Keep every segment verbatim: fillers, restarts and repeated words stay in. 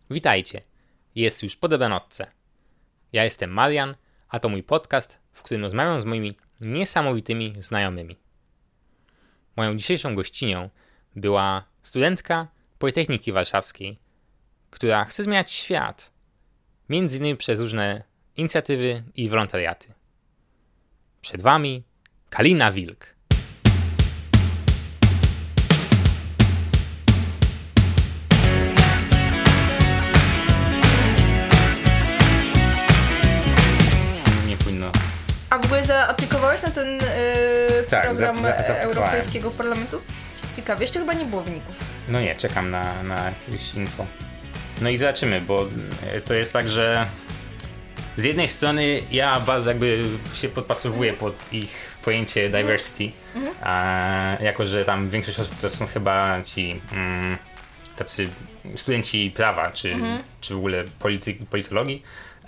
Witajcie, jest już po dobranocce. Ja jestem Marian, a to mój podcast, w którym rozmawiam z moimi niesamowitymi znajomymi. Moją dzisiejszą gościnią była studentka Politechniki Warszawskiej, która chce zmieniać świat, między innymi przez różne inicjatywy i wolontariaty. Przed wami Kalina Wilk. Nie powinno. A w ogóle zaaplikowałeś na ten yy, tak, program za, za, Europejskiego Parlamentu? Ciekawe, jeszcze chyba nie było wyników. No nie, czekam na, na jakieś info. No i zobaczymy, bo to jest tak, że z jednej strony ja bardzo jakby się podpasowuję pod ich pojęcie diversity, mhm. a jako że tam większość osób to są chyba ci mm, tacy studenci prawa, czy, mhm. czy w ogóle polity, politologii,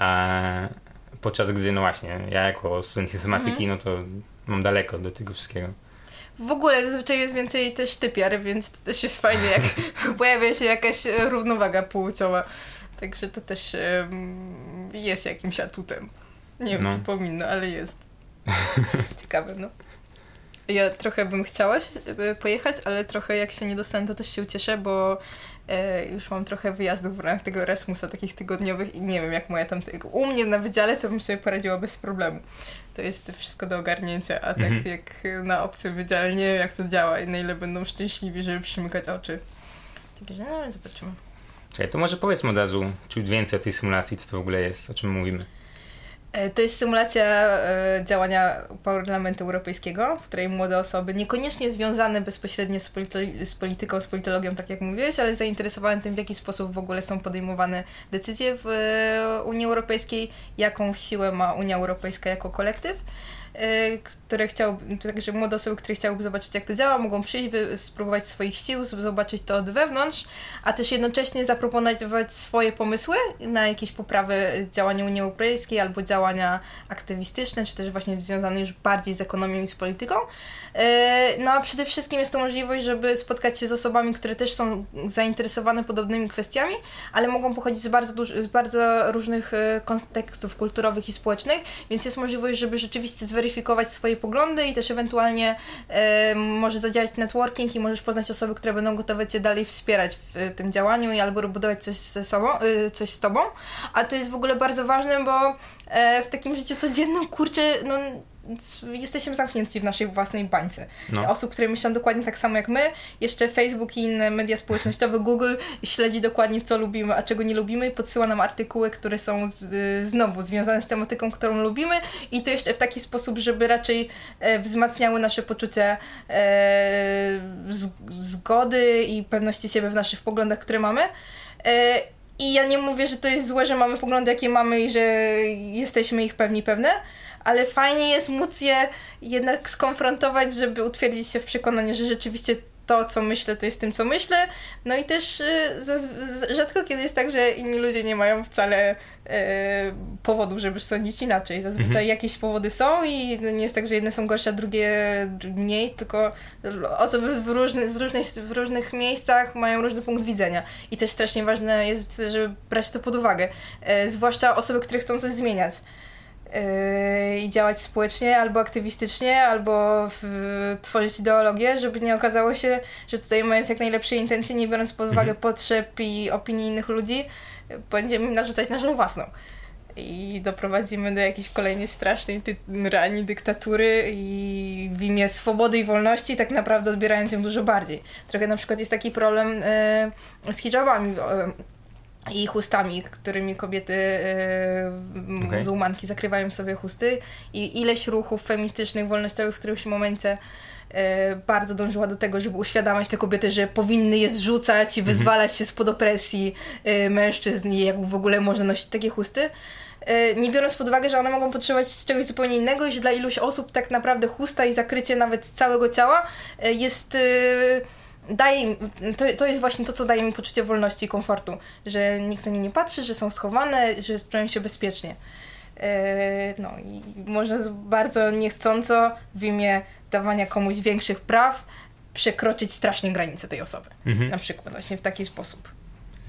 a podczas gdy no właśnie ja jako student informatyki, mhm. no to mam daleko do tego wszystkiego. W ogóle zazwyczaj jest więcej też typiar, więc to też jest fajnie, jak pojawia się jakaś równowaga płciowa. Także to też um, jest jakimś atutem. Nie wiem, no. czy powinno, ale jest. Ciekawe, no. Ja trochę bym chciała pojechać, ale trochę jak się nie dostanę, to też się ucieszę, bo e, już mam trochę wyjazdów w ramach tego Erasmusa, takich tygodniowych i nie wiem, jak moja tam... U mnie na wydziale to bym sobie poradziła bez problemu. To jest wszystko do ogarnięcia, a tak mhm. jak na obcym wydziale nie wiem, jak to działa i na ile będą szczęśliwi, żeby przymykać oczy. Także no, ale zobaczymy. Czekaj, to może powiedzmy od razu ciut więcej o tej symulacji, co to w ogóle jest, o czym mówimy. To jest symulacja e, działania Parlamentu Europejskiego, w której młode osoby, niekoniecznie związane bezpośrednio z, polito- z polityką, z politologią, tak jak mówiłeś, ale zainteresowane tym, w jaki sposób w ogóle są podejmowane decyzje w e, Unii Europejskiej, jaką siłę ma Unia Europejska jako kolektyw. Które chciałyby, także młode osoby, które chciałyby zobaczyć, jak to działa, mogą przyjść, wy, spróbować swoich sił, zobaczyć to od wewnątrz, a też jednocześnie zaproponować swoje pomysły na jakieś poprawy działania Unii Europejskiej albo działania aktywistyczne, czy też właśnie związane już bardziej z ekonomią i z polityką. No a przede wszystkim jest to możliwość, żeby spotkać się z osobami, które też są zainteresowane podobnymi kwestiami, ale mogą pochodzić z bardzo, duż, z bardzo różnych kontekstów kulturowych i społecznych, więc jest możliwość, żeby rzeczywiście zweryfikować swoje poglądy i też ewentualnie e, może zadziałać networking i możesz poznać osoby, które będą gotowe Cię dalej wspierać w e, tym działaniu i albo budować coś ze sobą, e, coś z Tobą. A to jest w ogóle bardzo ważne, bo e, w takim życiu codziennym, kurczę, no jesteśmy zamknięci w naszej własnej bańce. No. Osób, które myślą dokładnie tak samo jak my. Jeszcze Facebook i inne media społecznościowe, Google śledzi dokładnie, co lubimy, a czego nie lubimy i podsyła nam artykuły, które są z, znowu związane z tematyką, którą lubimy i to jeszcze w taki sposób, żeby raczej e, wzmacniały nasze poczucie e, z, zgody i pewności siebie w naszych poglądach, które mamy. E, I ja nie mówię, że to jest złe, że mamy poglądy, jakie mamy i że jesteśmy ich pewni pewne, ale fajnie jest móc je jednak skonfrontować, żeby utwierdzić się w przekonaniu, że rzeczywiście to, co myślę, to jest tym, co myślę. No i też y, zaz- rzadko kiedy jest tak, że inni ludzie nie mają wcale y, powodów, żeby sądzić inaczej. Zazwyczaj mhm. jakieś powody są i nie jest tak, że jedne są gorsze, a drugie mniej, tylko osoby w, różny, z różnej, w różnych miejscach mają różny punkt widzenia. I też strasznie ważne jest, żeby brać to pod uwagę. Y, zwłaszcza osoby, które chcą coś zmieniać. I działać społecznie, albo aktywistycznie, albo w, tworzyć ideologię, żeby nie okazało się, że tutaj mając jak najlepsze intencje, nie biorąc pod uwagę mhm. potrzeb i opinii innych ludzi, będziemy narzucać naszą własną. I doprowadzimy do jakiejś kolejnej strasznej tyranii, dyktatury i w imię swobody i wolności tak naprawdę odbierając ją dużo bardziej. Trochę na przykład jest taki problem yy, z hijabami, i chustami, którymi kobiety yy, okay. muzułmanki zakrywają sobie chusty i ileś ruchów feministycznych, wolnościowych w którymś momencie yy, bardzo dążyła do tego, żeby uświadamiać te kobiety, że powinny je zrzucać i wyzwalać się spod opresji yy, mężczyzn i jak w ogóle można nosić takie chusty. Yy, nie biorąc pod uwagę, że one mogą potrzebować czegoś zupełnie innego i że dla iluś osób tak naprawdę chusta i zakrycie nawet całego ciała yy, jest... Yy, Daje, to, to jest właśnie to, co daje mi poczucie wolności i komfortu, że nikt na nie nie patrzy, że są schowane, że czują się bezpiecznie. Yy, no i można bardzo niechcąco w imię dawania komuś większych praw przekroczyć strasznie granice tej osoby. Mhm. Na przykład właśnie w taki sposób.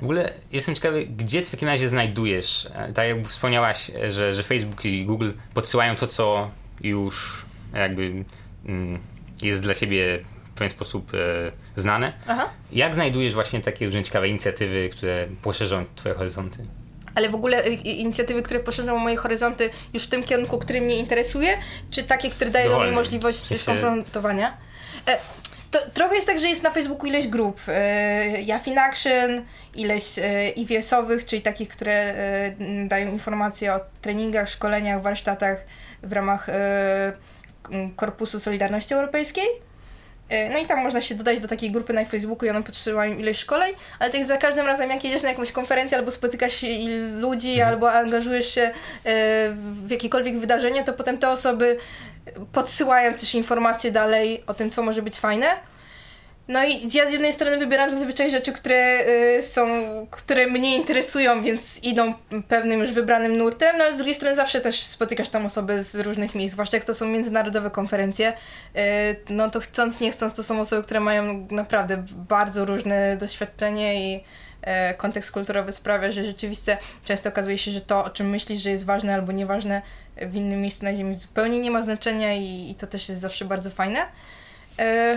W ogóle jestem ciekawy, gdzie ty w takim razie znajdujesz, tak jak wspomniałaś, że, że Facebook i Google podsyłają to, co już jakby mm, jest dla ciebie w pewien sposób e, znane. Aha. Jak znajdujesz właśnie takie różne ciekawe inicjatywy, które poszerzą twoje horyzonty? Ale w ogóle inicjatywy, które poszerzą moje horyzonty już w tym kierunku, który mnie interesuje, czy takie, które dają Dowolny. mi możliwość w sensie... skonfrontowania? E, to trochę jest tak, że jest na Facebooku ileś grup. E, Youth in Action, ileś e, E V S-owych, czyli takich, które e, dają informacje o treningach, szkoleniach, warsztatach w ramach e, Korpusu Solidarności Europejskiej. No i tam można się dodać do takiej grupy na Facebooku i one podsyłają ileś szkoleń, ale tak za każdym razem jak jedziesz na jakąś konferencję albo spotykasz się ludzi, mhm. albo angażujesz się w jakiekolwiek wydarzenie, to potem te osoby podsyłają też informacje dalej o tym, co może być fajne. No i ja z jednej strony wybieram zazwyczaj rzeczy, które y, są, które mnie interesują, więc idą pewnym już wybranym nurtem, no ale z drugiej strony zawsze też spotykasz tam osoby z różnych miejsc, zwłaszcza jak to są międzynarodowe konferencje, y, no to chcąc, nie chcąc, to są osoby, które mają naprawdę bardzo różne doświadczenie i y, kontekst kulturowy sprawia, że rzeczywiście często okazuje się, że to, o czym myślisz, że jest ważne albo nieważne w innym miejscu na ziemi zupełnie nie ma znaczenia i, i to też jest zawsze bardzo fajne. Y,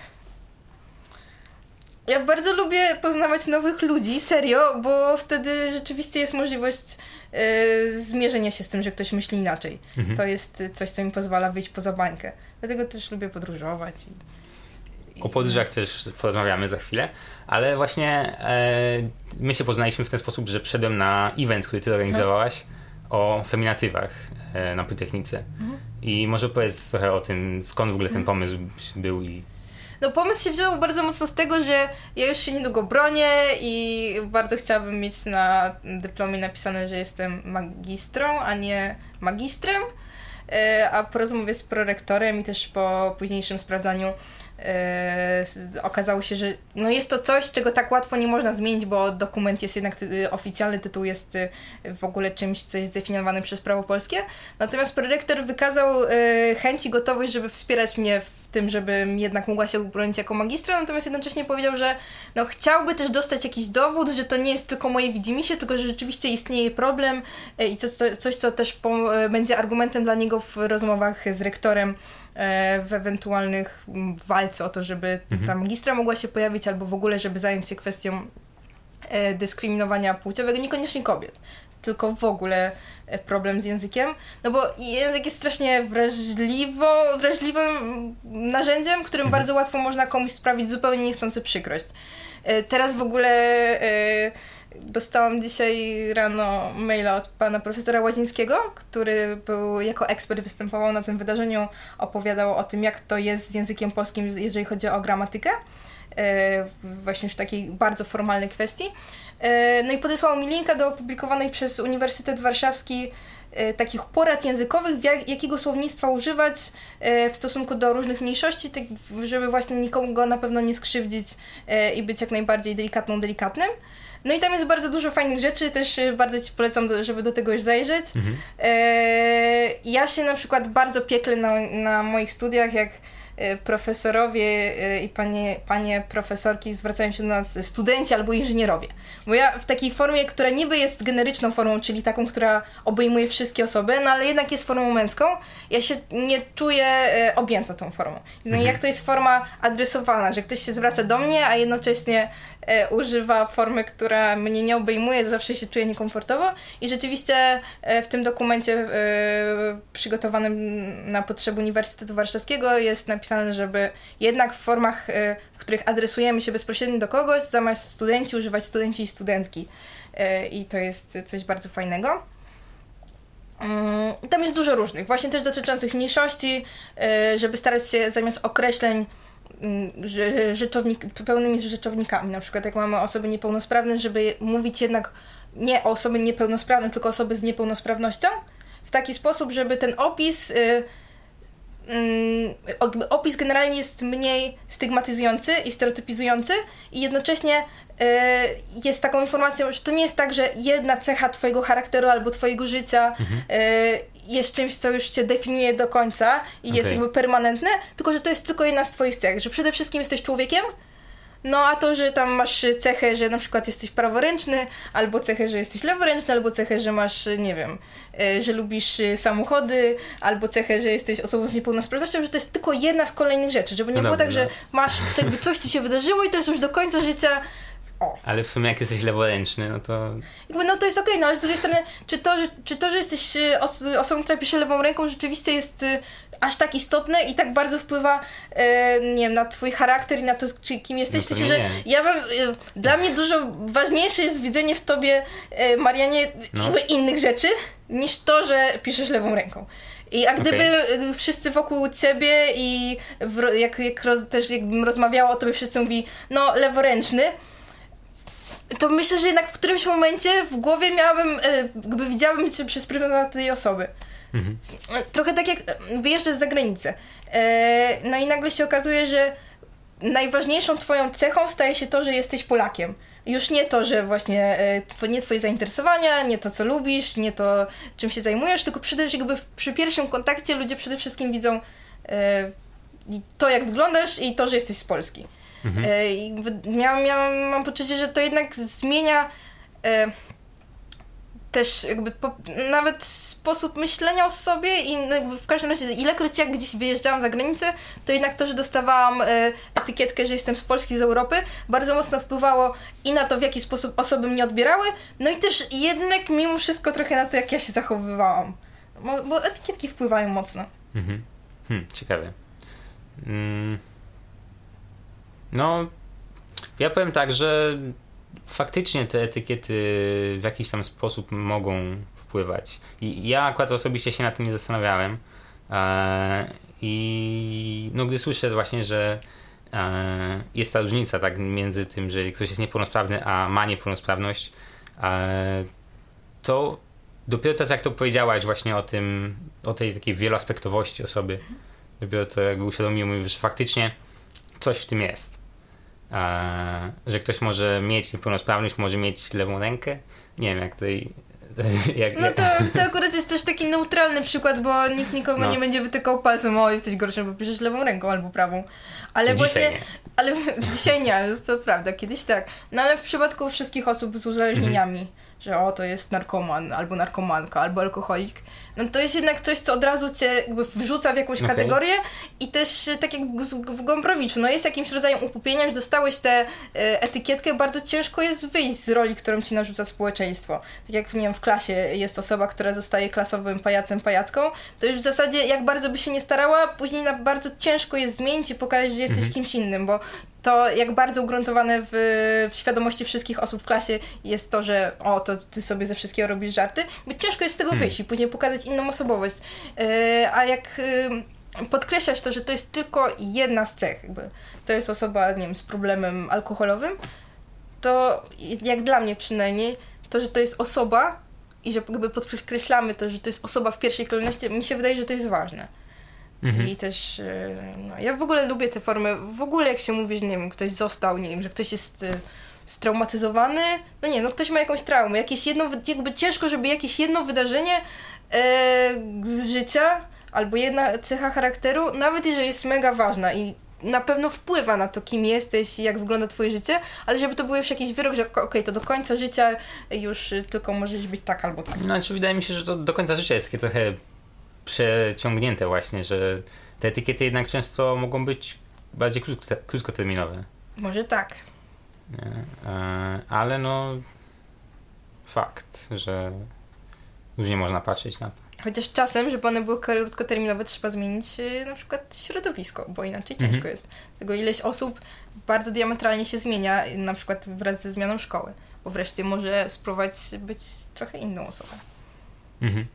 Ja bardzo lubię poznawać nowych ludzi, serio, bo wtedy rzeczywiście jest możliwość y, zmierzenia się z tym, że ktoś myśli inaczej. Mhm. To jest coś, co mi pozwala wyjść poza bańkę. Dlatego też lubię podróżować. I, i... O podróżach też porozmawiamy za chwilę, ale właśnie e, my się poznaliśmy w ten sposób, że przyszedłem na event, który ty organizowałaś hmm. o feminatywach e, na Politechnice. Mhm. I może powiedz trochę o tym, skąd w ogóle ten pomysł był i... No pomysł się wziął bardzo mocno z tego, że ja już się niedługo bronię i bardzo chciałabym mieć na dyplomie napisane, że jestem magistrą, a nie magistrem, a po rozmowie z prorektorem i też po późniejszym sprawdzaniu okazało się, że no jest to coś, czego tak łatwo nie można zmienić, bo dokument jest jednak, oficjalny tytuł jest w ogóle czymś, co jest zdefiniowane przez prawo polskie. Natomiast prorektor wykazał chęć i gotowość, żeby wspierać mnie w tym, żebym jednak mogła się bronić jako magistra, natomiast jednocześnie powiedział, że no chciałby też dostać jakiś dowód, że to nie jest tylko moje widzimisię, tylko że rzeczywiście istnieje problem i to, to, coś, co też po, będzie argumentem dla niego w rozmowach z rektorem w ewentualnych walce o to, żeby mhm. ta magistra mogła się pojawić, albo w ogóle, żeby zająć się kwestią dyskryminowania płciowego, niekoniecznie kobiet, tylko w ogóle problem z językiem, no bo język jest strasznie wrażliwo, wrażliwym narzędziem, którym mhm. bardzo łatwo można komuś sprawić zupełnie niechcący przykrość. Teraz w ogóle dostałam dzisiaj rano maila od pana profesora Łazińskiego, który był jako ekspert, występował na tym wydarzeniu, opowiadał o tym, jak to jest z językiem polskim, jeżeli chodzi o gramatykę, właśnie w takiej bardzo formalnej kwestii. No i podesłał mi linka do opublikowanej przez Uniwersytet Warszawski takich porad językowych, jak, jakiego słownictwa używać w stosunku do różnych mniejszości, tak żeby właśnie nikogo na pewno nie skrzywdzić i być jak najbardziej delikatną, delikatnym. No i tam jest bardzo dużo fajnych rzeczy, też bardzo ci polecam, żeby do tego już zajrzeć. Mhm. Ja się na przykład bardzo pieklę na, na moich studiach, jak profesorowie i panie, panie profesorki zwracają się do nas studenci albo inżynierowie. Bo ja w takiej formie, która niby jest generyczną formą, czyli taką, która obejmuje wszystkie osoby, no ale jednak jest formą męską, ja się nie czuję objęta tą formą. No mhm. Jak to jest forma adresowana, że ktoś się zwraca do mnie, a jednocześnie e, używa formy, która mnie nie obejmuje, zawsze się czuję niekomfortowo i rzeczywiście e, w tym dokumencie e, przygotowanym na potrzeby Uniwersytetu Warszawskiego jest napisane, żeby jednak w formach, e, w których adresujemy się bezpośrednio do kogoś, zamiast studenci używać studenci i studentki. E, I to jest coś bardzo fajnego. Tam jest dużo różnych, właśnie też dotyczących mniejszości, żeby starać się zamiast określeń rzeczownik, pełnymi rzeczownikami, na przykład jak mamy osoby niepełnosprawne, żeby mówić jednak nie o osoby niepełnosprawne, tylko osoby z niepełnosprawnością, w taki sposób, żeby ten opis opis generalnie jest mniej stygmatyzujący i stereotypizujący i jednocześnie jest taką informacją, że to nie jest tak, że jedna cecha twojego charakteru albo twojego życia mhm. jest czymś, co już cię definiuje do końca i okay. jest jakby permanentne, tylko że to jest tylko jedna z twoich cech, że przede wszystkim jesteś człowiekiem, No a to, że tam masz cechę, że na przykład jesteś praworęczny, albo cechę, że jesteś leworęczny, albo cechę, że masz, nie wiem, że lubisz samochody, albo cechę, że jesteś osobą z niepełnosprawnością, że to jest tylko jedna z kolejnych rzeczy, żeby nie no było dobra, tak, że masz, jakby coś ci się wydarzyło i to jest już do końca życia. O. Ale w sumie jak jesteś leworęczny, no to... Jakby, no to jest okej, okay, no ale z drugiej strony, czy to, że, czy to, że jesteś os- osobą, która pisze lewą ręką, rzeczywiście jest y, aż tak istotne i tak bardzo wpływa, y, nie wiem, na twój charakter i na to, czy, kim jesteś. No w sensie, że ja bym, y, dla mnie dużo ważniejsze jest widzenie w tobie, y, Marianie, no. innych rzeczy, niż to, że piszesz lewą ręką. I a gdyby okay. wszyscy wokół ciebie i w, jak, jak roz, też jakbym rozmawiała o tobie, wszyscy mówi, no leworęczny, to myślę, że jednak w którymś momencie w głowie miałabym, jakby widziałabym się przez pryzmat tej osoby. Mhm. Trochę tak jak wyjeżdżasz za granicę. No i nagle się okazuje, że najważniejszą twoją cechą staje się to, że jesteś Polakiem. Już nie to, że właśnie nie twoje zainteresowania, nie to, co lubisz, nie to, czym się zajmujesz, tylko przede wszystkim jakby przy pierwszym kontakcie ludzie przede wszystkim widzą to, jak wyglądasz i to, że jesteś z Polski. Mhm. I miałam, miałam, mam poczucie, że to jednak zmienia e, też jakby po, nawet sposób myślenia o sobie i w każdym razie ilekroć jak gdzieś wyjeżdżałam za granicę, to jednak to, że dostawałam e, etykietkę, że jestem z Polski, z Europy, bardzo mocno wpływało i na to, w jaki sposób osoby mnie odbierały, no i też jednak mimo wszystko trochę na to, jak ja się zachowywałam. Bo, bo etykietki wpływają mocno. Mhm. Hmm, ciekawe. Mm. No, ja powiem tak, że faktycznie te etykiety w jakiś tam sposób mogą wpływać. I ja akurat osobiście się na tym nie zastanawiałem. E, I no, gdy słyszę właśnie, że e, jest ta różnica tak między tym, że ktoś jest niepełnosprawny, a ma niepełnosprawność, e, to dopiero teraz jak to powiedziałaś właśnie o tym, o tej takiej wieloaspektowości osoby, dopiero to jakby uświadomiło mi, że faktycznie coś w tym jest. A, że ktoś może mieć niepełnosprawność, może mieć lewą rękę. Nie wiem, jak tutaj... Jak, no to, to akurat jest też taki neutralny przykład, bo nikt nikogo no. nie będzie wytykał palcem, o jesteś gorszy, bo piszesz lewą ręką albo prawą. Ale dzisiaj właśnie... Nie. Ale dzisiaj nie, ale to prawda, kiedyś tak. No ale w przypadku wszystkich osób z uzależnieniami, mhm. że o, to jest narkoman, albo narkomanka, albo alkoholik, no to jest jednak coś, co od razu cię jakby wrzuca w jakąś okay. kategorię i też tak jak w, w Gombrowiczu, no jest jakimś rodzajem upupienia, że dostałeś tę y, etykietkę, bardzo ciężko jest wyjść z roli, którą ci narzuca społeczeństwo. Tak jak, nie wiem, w klasie jest osoba, która zostaje klasowym pajacem, pajacką, to już w zasadzie jak bardzo by się nie starała, później na bardzo ciężko jest zmienić i pokazać, że jesteś mhm. kimś innym, bo to jak bardzo ugruntowane w, w świadomości wszystkich osób w klasie jest to, że o, to ty sobie ze wszystkiego robisz żarty, bo ciężko jest z tego wyjść i później pokazać inną osobowość. Yy, a jak yy, podkreślasz to, że to jest tylko jedna z cech, jakby to jest osoba, nie wiem, z problemem alkoholowym, to jak dla mnie przynajmniej, to, że to jest osoba i że jakby podkreślamy to, że to jest osoba w pierwszej kolejności, mi się wydaje, że to jest ważne. Mhm. I też, no, ja w ogóle lubię te formy, w ogóle jak się mówi, że nie wiem, ktoś został, nie wiem, że ktoś jest y, straumatyzowany, no nie, no ktoś ma jakąś traumę, jakieś jedno, jakby ciężko, żeby jakieś jedno wydarzenie e, z życia, albo jedna cecha charakteru, nawet jeżeli jest mega ważna i na pewno wpływa na to, kim jesteś i jak wygląda twoje życie, ale żeby to był już jakiś wyrok, że okej, okay, to do końca życia już tylko możesz być tak albo tak. Znaczy wydaje mi się, że to do końca życia jest takie trochę przeciągnięte właśnie, że te etykiety jednak często mogą być bardziej krótko, krótkoterminowe. Może tak. Nie? E, ale no fakt, że już nie można patrzeć na to. Chociaż czasem, żeby one były krótkoterminowe, trzeba zmienić na przykład środowisko, bo inaczej ciężko mhm. jest. Tego ileś osób bardzo diametralnie się zmienia, na przykład wraz ze zmianą szkoły, bo wreszcie może spróbować być trochę inną osobą. Mhm.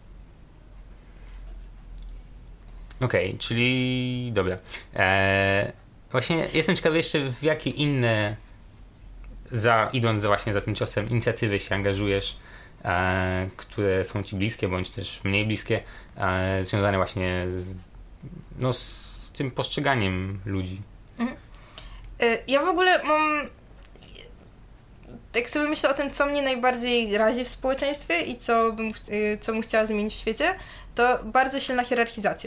Okej, okay, czyli dobra. Eee, właśnie jestem ciekawy jeszcze, w jakie inne, za, idąc za właśnie za tym ciosem, inicjatywy się angażujesz, e, które są ci bliskie, bądź też mniej bliskie, e, związane właśnie z, no, z tym postrzeganiem ludzi. Mhm. Ja w ogóle mam, tak sobie myślę o tym, co mnie najbardziej razi w społeczeństwie i co bym, co bym chciała zmienić w świecie, to bardzo silna hierarchizacja.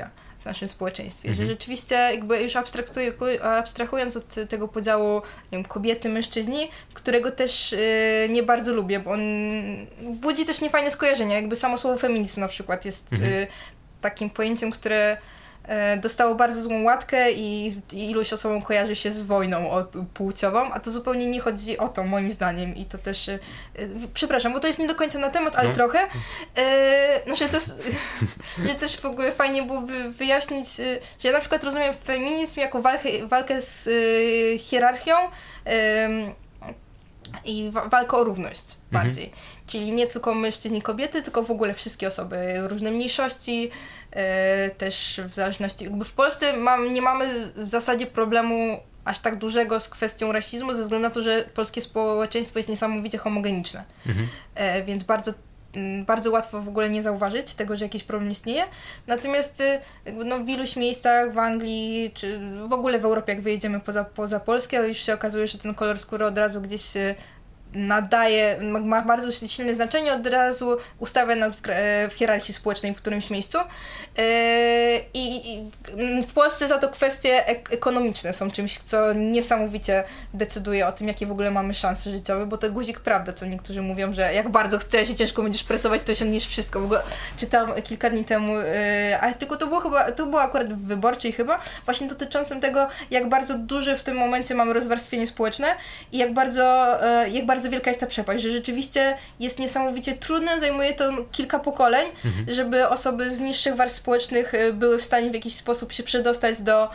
w naszym społeczeństwie, mhm. że rzeczywiście jakby już abstrahując od tego podziału, nie wiem, kobiety, mężczyźni, którego też y, nie bardzo lubię, bo on budzi też niefajne skojarzenia, jakby samo słowo feminizm na przykład jest mhm. y, takim pojęciem, które dostało bardzo złą łatkę i, i iluś osobom kojarzy się z wojną płciową, a to zupełnie nie chodzi o to, moim zdaniem. I to też... E, przepraszam, bo to jest nie do końca na temat, ale no. trochę. E, znaczy to, że też w ogóle fajnie byłoby wyjaśnić, że ja na przykład rozumiem feminizm jako walkę, walkę z e, hierarchią e, i wa- walkę o równość mhm. bardziej. Czyli nie tylko mężczyźni, kobiety, tylko w ogóle wszystkie osoby, różne mniejszości, e, też w zależności... Jakby w Polsce mam, nie mamy w zasadzie problemu aż tak dużego z kwestią rasizmu, ze względu na to, że polskie społeczeństwo jest niesamowicie homogeniczne. Mhm. E, więc bardzo, m, bardzo łatwo w ogóle nie zauważyć tego, że jakiś problem istnieje. Natomiast jakby no, w iluś miejscach w Anglii, czy w ogóle w Europie, jak wyjedziemy poza, poza Polskę, już się okazuje, że ten kolor skóry od razu gdzieś nadaje, ma bardzo silne znaczenie, od razu ustawia nas w, w hierarchii społecznej w którymś miejscu. I, i w Polsce za to kwestie ek- ekonomiczne są czymś, co niesamowicie decyduje o tym, jakie w ogóle mamy szanse życiowe, bo to guzik prawda, co niektórzy mówią, że jak bardzo chcesz i ciężko będziesz pracować, to osiągniesz wszystko. W ogóle czytam kilka dni temu, ale tylko to było chyba, to było akurat w Wyborczej chyba, właśnie dotyczącym tego, jak bardzo duże w tym momencie mamy rozwarstwienie społeczne i jak bardzo, jak bardzo wielka jest ta przepaść, że rzeczywiście jest niesamowicie trudne, zajmuje to kilka pokoleń, mhm. żeby osoby z niższych warstw społecznych były w stanie w jakiś sposób się przedostać do,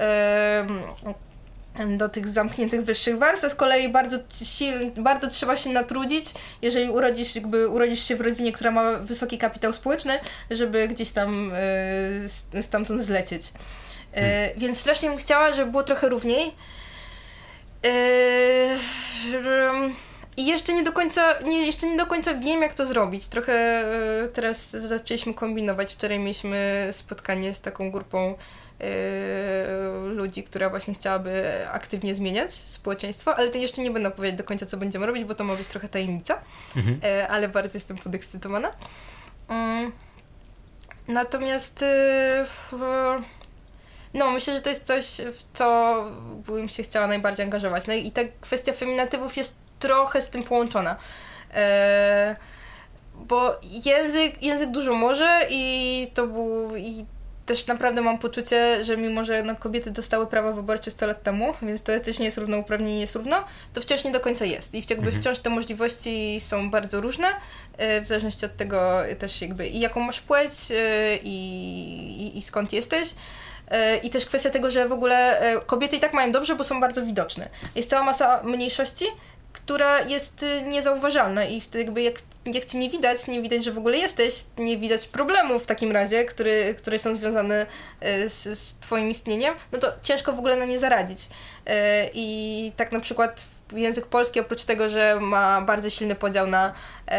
do tych zamkniętych wyższych warstw, a z kolei bardzo, sil, bardzo trzeba się natrudzić, jeżeli urodzisz, jakby urodzisz się w rodzinie, która ma wysoki kapitał społeczny, żeby gdzieś tam stamtąd zlecieć. Hmm. Więc strasznie bym chciała, żeby było trochę równiej. I jeszcze nie do końca, nie, jeszcze nie do końca wiem, jak to zrobić. Trochę e, teraz zaczęliśmy kombinować. Wczoraj mieliśmy spotkanie z taką grupą e, ludzi, która właśnie chciałaby aktywnie zmieniać społeczeństwo, ale to jeszcze nie będę opowiadać do końca, co będziemy robić, bo to ma być trochę tajemnica, mhm. e, ale bardzo jestem podekscytowana. Um, natomiast e, w, no, myślę, że to jest coś, w co bym się chciała najbardziej angażować. No i ta kwestia feminatywów jest trochę z tym połączona. E, bo język, język dużo może i to był... I też naprawdę mam poczucie, że mimo, że no, kobiety dostały prawa wyborcze sto lat temu, więc teoretycznie jest równouprawnienie, jest równo, to wciąż nie do końca jest. I jakby mhm. wciąż te możliwości są bardzo różne, e, w zależności od tego też jakby i jaką masz płeć e, i, i skąd jesteś. I też kwestia tego, że w ogóle kobiety i tak mają dobrze, bo są bardzo widoczne. Jest cała masa mniejszości, która jest niezauważalna i wtedy jakby jak, jak cię nie widać, nie widać, że w ogóle jesteś, nie widać problemów w takim razie, który, które są związane z, z twoim istnieniem, no to ciężko w ogóle na nie zaradzić. I tak na przykład język polski, oprócz tego, że ma bardzo silny podział na,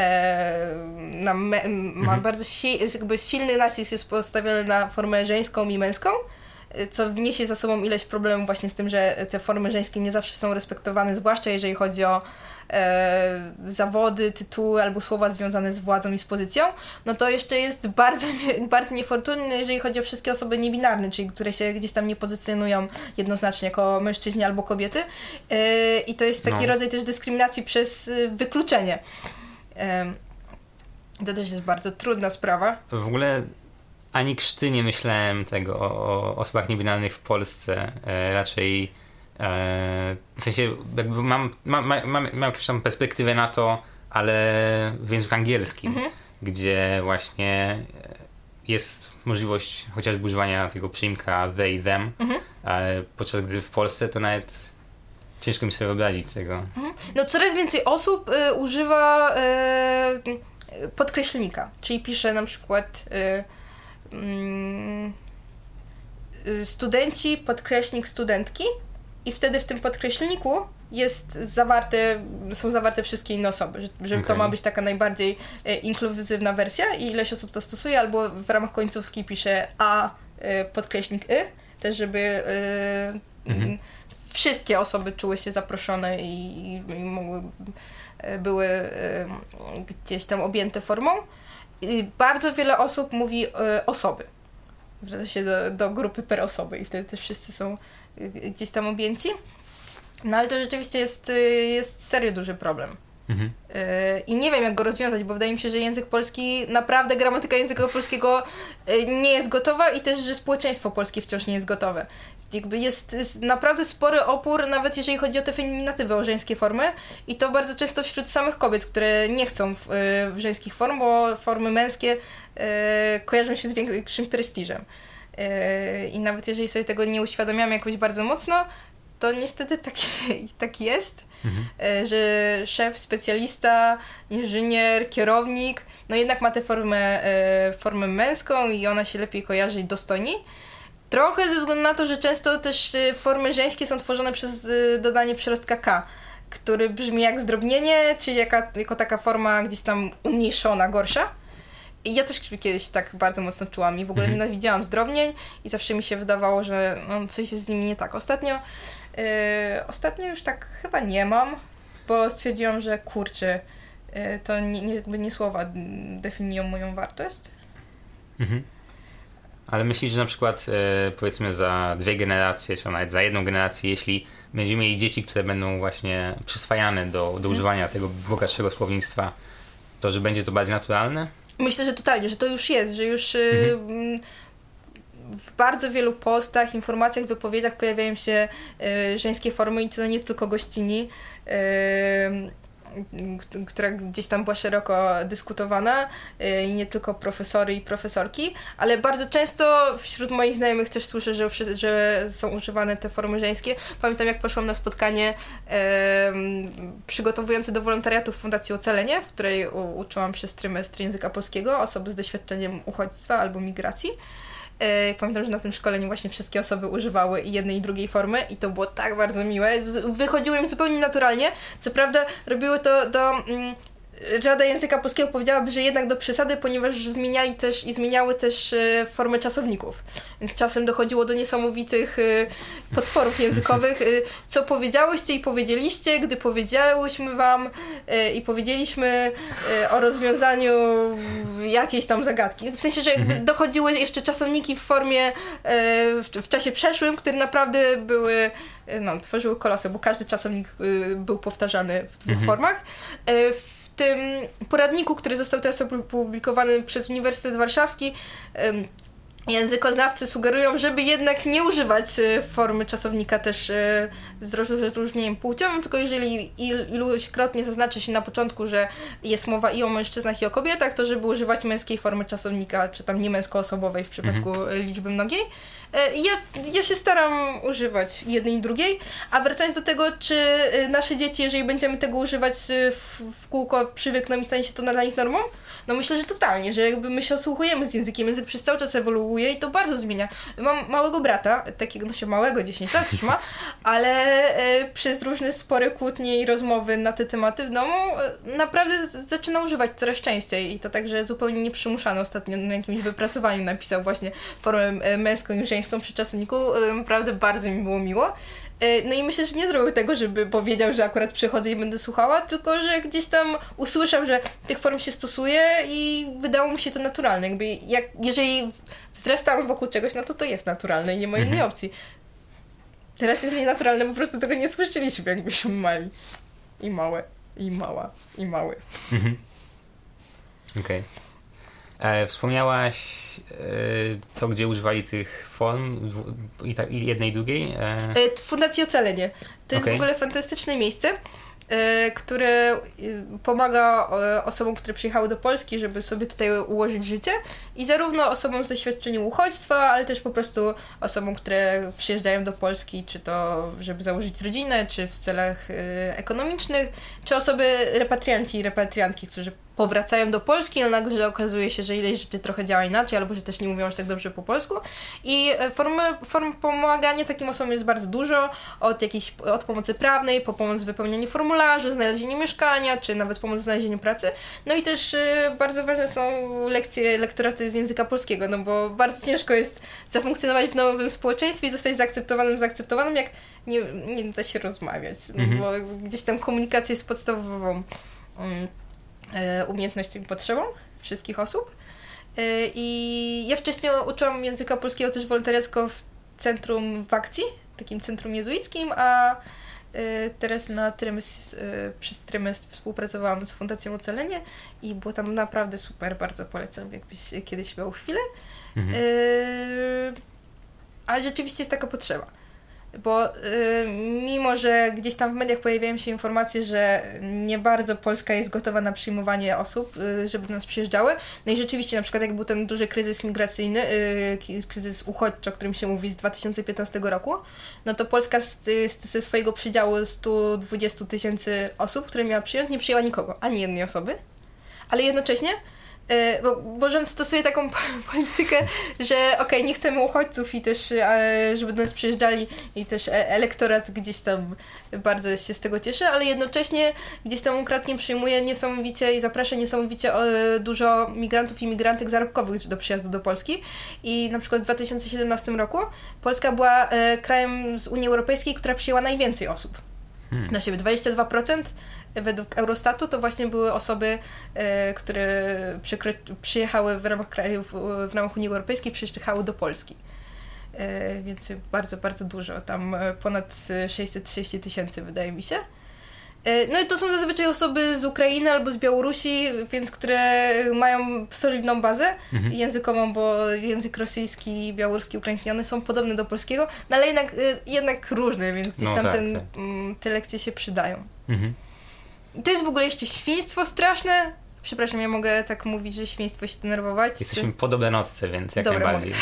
na me, ma mhm. bardzo si, jakby silny nacisk jest postawiony na formę żeńską i męską, co niesie za sobą ileś problemów właśnie z tym, że te formy żeńskie nie zawsze są respektowane, zwłaszcza jeżeli chodzi o e, zawody, tytuły albo słowa związane z władzą i z pozycją, no to jeszcze jest bardzo, nie, bardzo niefortunne, jeżeli chodzi o wszystkie osoby niebinarne, czyli które się gdzieś tam nie pozycjonują jednoznacznie jako mężczyźni albo kobiety. E, I to jest taki no. rodzaj też dyskryminacji przez wykluczenie. E, to też jest bardzo trudna sprawa. W ogóle ani krzty nie myślałem tego o, o osobach niebinarnych w Polsce. E, raczej e, w sensie jakby mam, mam, mam, mam jakąś tam perspektywę na to, ale w języku angielskim, mhm. gdzie właśnie jest możliwość chociażby używania tego przyimka they, them, mhm. e, podczas gdy w Polsce to nawet ciężko mi sobie wyobrazić tego. Mhm. No coraz więcej osób y, używa y, podkreślnika, czyli pisze na przykład y, studenci, podkreślnik studentki i wtedy w tym podkreślniku jest zawarte, są zawarte wszystkie inne osoby, że, że okay. to ma być taka najbardziej e, inkluzywna wersja i ileś osób to stosuje, albo w ramach końcówki pisze a e, podkreślnik y, też żeby e, mhm. wszystkie osoby czuły się zaproszone i, i, i mogły, e, były e, gdzieś tam objęte formą. Bardzo wiele osób mówi y, osoby. wraca się do, do grupy per osoby i wtedy też wszyscy są gdzieś tam objęci. No ale to rzeczywiście jest, jest serio duży problem. Mhm. I nie wiem, jak go rozwiązać, bo wydaje mi się, że język polski, naprawdę gramatyka języka polskiego nie jest gotowa i też, że społeczeństwo polskie wciąż nie jest gotowe. Jakby jest, jest naprawdę spory opór, nawet jeżeli chodzi o te feminatywy, o żeńskie formy i to bardzo często wśród samych kobiet, które nie chcą w, w żeńskich form, bo formy męskie e, kojarzą się z większym prestiżem. E, I nawet jeżeli sobie tego nie uświadamiamy jakoś bardzo mocno, to niestety tak, tak jest, mhm. że szef, specjalista, inżynier, kierownik, no jednak ma tę formę, formę męską i ona się lepiej kojarzy i dostojniej. Trochę ze względu na to, że często też formy żeńskie są tworzone przez dodanie przyrostka K, który brzmi jak zdrobnienie, czyli jaka, jako taka forma gdzieś tam umniejszona, gorsza. I ja też kiedyś tak bardzo mocno czułam i w ogóle mhm. nienawidziłam zdrobnień i zawsze mi się wydawało, że no, coś jest z nimi nie tak. Ostatnio Yy, ostatnio już tak chyba nie mam, bo stwierdziłam, że kurczę, yy, to nie, nie, jakby nie słowa definiują moją wartość. Mhm. Ale myślisz, że na przykład yy, powiedzmy za dwie generacje, czy nawet za jedną generację, jeśli będziemy mieli dzieci, które będą właśnie przyswajane do, do używania tego bogatszego słownictwa, to że będzie to bardziej naturalne? Myślę, że totalnie, że to już jest, że już yy, mhm. w bardzo wielu postach, informacjach, wypowiedziach pojawiają się y, żeńskie formy i to nie tylko gościni, y, która gdzieś tam była szeroko dyskutowana y, i nie tylko profesory i profesorki, ale bardzo często wśród moich znajomych też słyszę, że, że są używane te formy żeńskie. Pamiętam, jak poszłam na spotkanie y, przygotowujące do wolontariatu w Fundacji Ocalenie, w której u, uczyłam przez trymestr języka polskiego osoby z doświadczeniem uchodźstwa albo migracji. Pamiętam, że na tym szkoleniu właśnie wszystkie osoby używały i jednej i drugiej formy i to było tak bardzo miłe. Wychodziło im zupełnie naturalnie. Co prawda robiły to do... Mm, Rada Języka Polskiego powiedziałaby, że jednak do przesady, ponieważ zmieniali też i zmieniały też e, formy czasowników. Więc czasem dochodziło do niesamowitych e, potworów językowych. E, co powiedziałyście i powiedzieliście, gdy powiedziałyśmy wam e, i powiedzieliśmy e, o rozwiązaniu jakiejś tam zagadki. W sensie, że jakby dochodziły jeszcze czasowniki w formie e, w, w czasie przeszłym, które naprawdę były, e, no, tworzyły kolosy, bo każdy czasownik e, był powtarzany w dwóch mhm. formach. E, w tym poradniku, który został teraz opublikowany przez Uniwersytet Warszawski, językoznawcy sugerują, żeby jednak nie używać formy czasownika też z rozróżnieniem płciowym, tylko jeżeli il, iluśkrotnie zaznaczy się na początku, że jest mowa i o mężczyznach, i o kobietach, to żeby używać męskiej formy czasownika, czy tam nie męskoosobowej w przypadku mhm. liczby mnogiej. Ja, ja się staram używać jednej i drugiej, a wracając do tego, czy nasze dzieci, jeżeli będziemy tego używać w, w kółko, przywykną i stanie się to dla nich normą, no myślę, że totalnie, że jakby my się osłuchujemy z językiem, język przez cały czas ewoluuje i to bardzo zmienia. Mam małego brata, takiego, no się małego, dziesięć lat już ma, ale e, przez różne spory, kłótnie i rozmowy na te tematy w domu e, naprawdę z, zaczyna używać coraz częściej i to także zupełnie nieprzymuszane. Ostatnio na jakimś wypracowaniu napisał właśnie formę męską i żeńską przy czasowniku. E, naprawdę bardzo mi było miło. No i myślę, że nie zrobił tego, żeby powiedział, że akurat przychodzę i będę słuchała, tylko że gdzieś tam usłyszał, że tych form się stosuje i wydało mu się to naturalne. Jakby jak, jeżeli wzrastamy wokół czegoś, no to to jest naturalne i nie ma innej mhm. opcji. Teraz jest nienaturalne, po prostu tego nie słyszeliśmy, jakbyśmy mali. I małe, i mała, i mały. Mhm. Okej. Okay. E, wspomniałaś e, to, gdzie używali tych form dwu, i, ta, i jednej i drugiej? E... W Fundacji Ocalenie. To jest okay. w ogóle fantastyczne miejsce, e, które pomaga e, osobom, które przyjechały do Polski, żeby sobie tutaj ułożyć życie i zarówno osobom z doświadczeniem uchodźstwa, ale też po prostu osobom, które przyjeżdżają do Polski, czy to żeby założyć rodzinę, czy w celach e, ekonomicznych, czy osoby repatrianci i repatriantki, którzy powracają do Polski, ale nagle okazuje się, że ileś rzeczy trochę działa inaczej, albo że też nie mówią aż tak dobrze po polsku. I formy, form pomagania takim osobom jest bardzo dużo, od jakiejś, od pomocy prawnej, po pomoc w wypełnianiu formularzy, znalezieniu mieszkania, czy nawet pomoc w znalezieniu pracy. No i też y, bardzo ważne są lekcje, lektoraty z języka polskiego, no bo bardzo ciężko jest zafunkcjonować w nowym społeczeństwie i zostać zaakceptowanym, zaakceptowanym, jak nie, nie da się rozmawiać, no mhm. bo gdzieś tam komunikacja jest podstawową um, umiejętnością i potrzebą wszystkich osób. I ja wcześniej uczyłam języka polskiego też wolontariacko w centrum w akcji, takim centrum jezuickim, a teraz na trymestr, przez trymestr współpracowałam z Fundacją Ocalenie i było tam naprawdę super, bardzo polecam, jakbyś kiedyś miał chwilę. Mhm. A rzeczywiście jest taka potrzeba. Bo y, mimo, że gdzieś tam w mediach pojawiają się informacje, że nie bardzo Polska jest gotowa na przyjmowanie osób, y, żeby do nas przyjeżdżały. No i rzeczywiście na przykład jak był ten duży kryzys migracyjny, y, kryzys uchodźczy, o którym się mówi z dwa tysiące piętnastego roku, no to Polska z, z, ze swojego przydziału sto dwadzieścia tysięcy osób, które miała przyjąć, nie przyjęła nikogo, ani jednej osoby. Ale jednocześnie Bo, bo rząd stosuje taką politykę, że okej, okay, nie chcemy uchodźców i też, żeby do nas przyjeżdżali i też elektorat gdzieś tam bardzo się z tego cieszy, ale jednocześnie gdzieś tam ukradkiem przyjmuje niesamowicie i zaprasza niesamowicie dużo migrantów i migrantek zarobkowych do przyjazdu do Polski. I na przykład w dwa tysiące siedemnastym roku Polska była krajem z Unii Europejskiej, która przyjęła najwięcej osób. Hmm. Na siebie dwadzieścia dwa procent. Według Eurostatu to właśnie były osoby, e, które przykry- przyjechały w ramach krajów, w ramach Unii Europejskiej, przyjechały do Polski. E, więc bardzo, bardzo dużo. Tam ponad sześćset trzydzieści tysięcy wydaje mi się. E, no i to są zazwyczaj osoby z Ukrainy albo z Białorusi, więc które mają solidną bazę mhm. językową, bo język rosyjski, białoruski, ukraiński, one są podobne do polskiego, no ale jednak, jednak różne, więc gdzieś no tam tak, ten, tak. M, te lekcje się przydają. Mhm. To jest w ogóle jeszcze świństwo straszne. Przepraszam, ja mogę tak mówić, że świństwo się denerwować. Jesteśmy czy... podobne nocce, więc jak Dobra, najbardziej.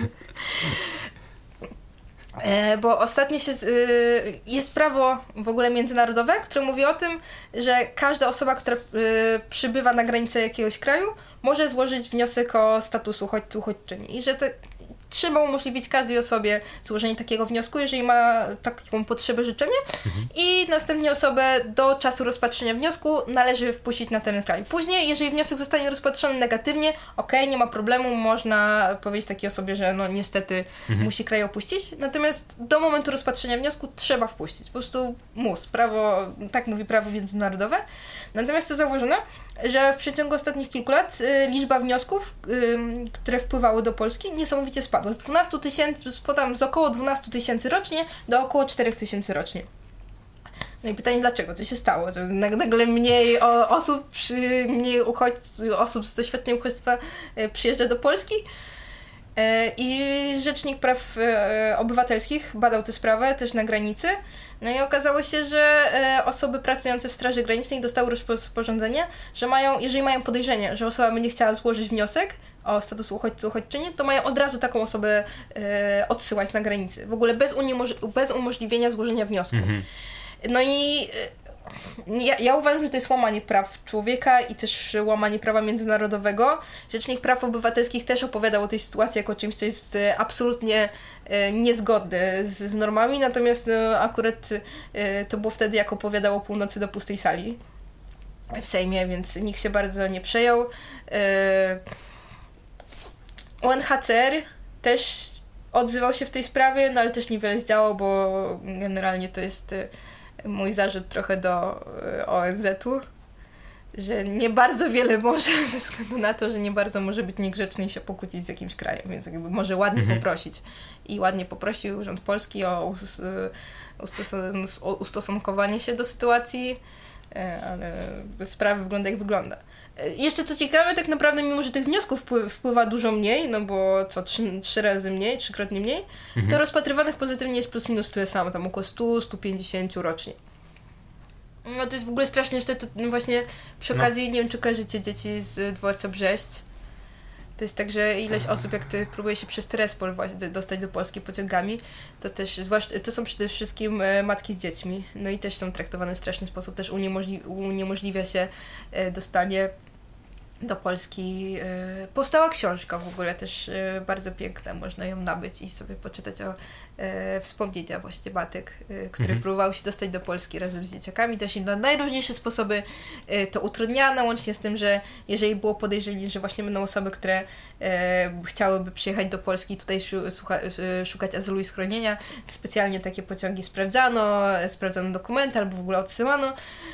e, bo ostatnio się... Y, jest prawo w ogóle międzynarodowe, które mówi o tym, że każda osoba, która y, przybywa na granicę jakiegoś kraju, może złożyć wniosek o status uchodźcy, uchodźczyni. I że te... trzeba umożliwić każdej osobie złożenie takiego wniosku, jeżeli ma taką potrzebę, życzenie mhm. i następnie osobę do czasu rozpatrzenia wniosku należy wpuścić na teren kraju. Później, jeżeli wniosek zostanie rozpatrzony negatywnie, okej, okay, nie ma problemu, można powiedzieć takiej osobie, że no niestety mhm. musi kraj opuścić, natomiast do momentu rozpatrzenia wniosku trzeba wpuścić. Po prostu mus. Prawo, tak mówi prawo międzynarodowe. Natomiast to zauważono, że w przeciągu ostatnich kilku lat y, liczba wniosków, y, które wpływały do Polski, niesamowicie spadła. Z dwunastu tysięcy, z około dwunastu tysięcy rocznie do około czterech tysięcy rocznie. No i pytanie, dlaczego? Co się stało? Że nagle mniej osób, przy, mniej uchodźców, osób z doświadczeniem uchodźstwa y, przyjeżdża do Polski? I Rzecznik Praw Obywatelskich badał tę sprawę też na granicy. No i okazało się, że osoby pracujące w Straży Granicznej dostały rozporządzenie, że mają, jeżeli mają podejrzenie, że osoba będzie chciała złożyć wniosek o status uchodźcy, uchodźczyni, to mają od razu taką osobę e, odsyłać na granicy. W ogóle bez, uniemoż- bez umożliwienia złożenia wniosku. Mhm. No i Ja, ja uważam, że to jest łamanie praw człowieka i też łamanie prawa międzynarodowego. Rzecznik Praw Obywatelskich też opowiadał o tej sytuacji jako czymś, co jest absolutnie e, niezgodne z, z normami, natomiast no, akurat e, to było wtedy, jak opowiadał o północy do pustej sali w Sejmie, więc nikt się bardzo nie przejął. E, U N H C R też odzywał się w tej sprawie, no ale też niewiele zdziałał, bo generalnie to jest mój zarzut trochę do O N Z-u, że nie bardzo wiele może, ze względu na to, że nie bardzo może być niegrzeczny i się pokłócić z jakimś krajem, więc jakby może ładnie mhm. poprosić. I ładnie poprosił rząd polski o ustos- ustosunkowanie się do sytuacji, ale sprawa wygląda jak wygląda. Jeszcze co ciekawe, tak naprawdę mimo, że tych wniosków wpływa dużo mniej, no bo co, trzy, trzy razy mniej, trzykrotnie mniej, mhm. to rozpatrywanych pozytywnie jest plus minus tyle samo, tam około sto do stu pięćdziesięciu rocznie. No to jest w ogóle strasznie jeszcze, to no właśnie przy okazji, no. nie wiem czy kojarzycie dzieci z dworca Brześć. To jest tak, że ileś Aha. osób, jak ty próbuje się przez Terespol właśnie dostać do Polski pociągami, to też, zwłaszcza, to są przede wszystkim matki z dziećmi, no i też są traktowane w straszny sposób, też uniemożli- uniemożliwia się dostanie do Polski. Powstała książka w ogóle też bardzo piękna, można ją nabyć i sobie poczytać o e, wspomnienia właśnie matek, e, które mhm. próbowały się dostać do Polski razem z dzieciakami. Też na najróżniejsze sposoby e, to utrudniano, łącznie z tym, że jeżeli było podejrzenie, że właśnie będą osoby, które e, chciałyby przyjechać do Polski i tutaj szuka, szukać azylu i schronienia, specjalnie takie pociągi sprawdzano, sprawdzano dokumenty albo w ogóle odsyłano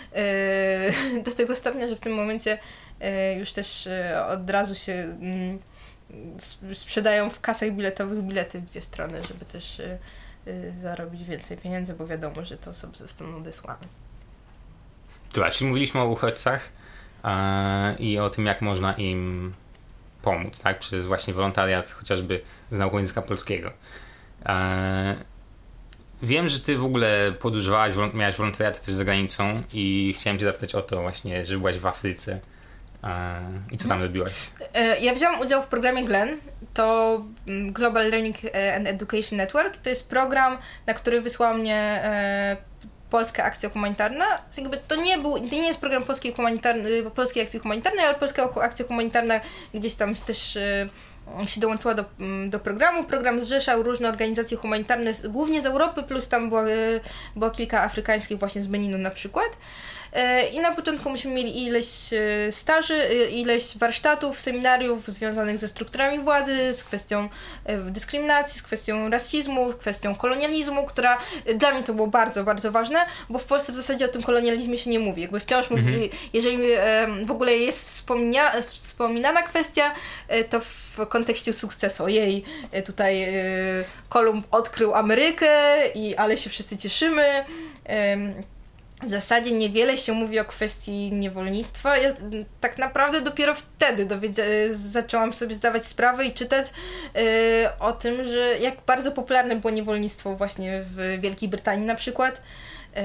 e, do tego stopnia, że w tym momencie już też od razu się sprzedają w kasach biletowych bilety w dwie strony, żeby też y, y, zarobić więcej pieniędzy, bo wiadomo, że te osoby zostaną odesłane. Dobra, czyli mówiliśmy o uchodźcach e, i o tym, jak można im pomóc, tak? Przez właśnie wolontariat, chociażby z nauką języka polskiego. E, wiem, że ty w ogóle podróżowałaś, miałaś wolontariaty też za granicą i chciałem cię zapytać o to właśnie, że byłaś w Afryce. I co tam robiłaś? Ja wziąłam udział w programie GLEN, to Global Learning and Education Network. To jest program, na który wysłała mnie Polska Akcja Humanitarna. Jakby to nie był, to nie jest program Polskiej, humanitarny, Polskiej Akcji Humanitarnej, ale Polska Akcja Humanitarna gdzieś tam też się dołączyła do, do programu. Program zrzeszał różne organizacje humanitarne, głównie z Europy, plus tam było, było kilka afrykańskich, właśnie z Beninu na przykład. I na początku myśmy mieli ileś staży, ileś warsztatów, seminariów związanych ze strukturami władzy, z kwestią dyskryminacji, z kwestią rasizmu, z kwestią kolonializmu, która dla mnie to było bardzo, bardzo ważne, bo w Polsce w zasadzie o tym kolonializmie się nie mówi. Jakby wciąż mówi, mhm. jeżeli w ogóle jest wspomina, wspominana kwestia, to w kontekście sukcesu. Jej, tutaj Kolumb odkrył Amerykę, i ale się wszyscy cieszymy. W zasadzie niewiele się mówi o kwestii niewolnictwa. Ja tak naprawdę dopiero wtedy dowiedzia- zaczęłam sobie zdawać sprawę i czytać yy, o tym, że jak bardzo popularne było niewolnictwo właśnie w Wielkiej Brytanii na przykład. Yy,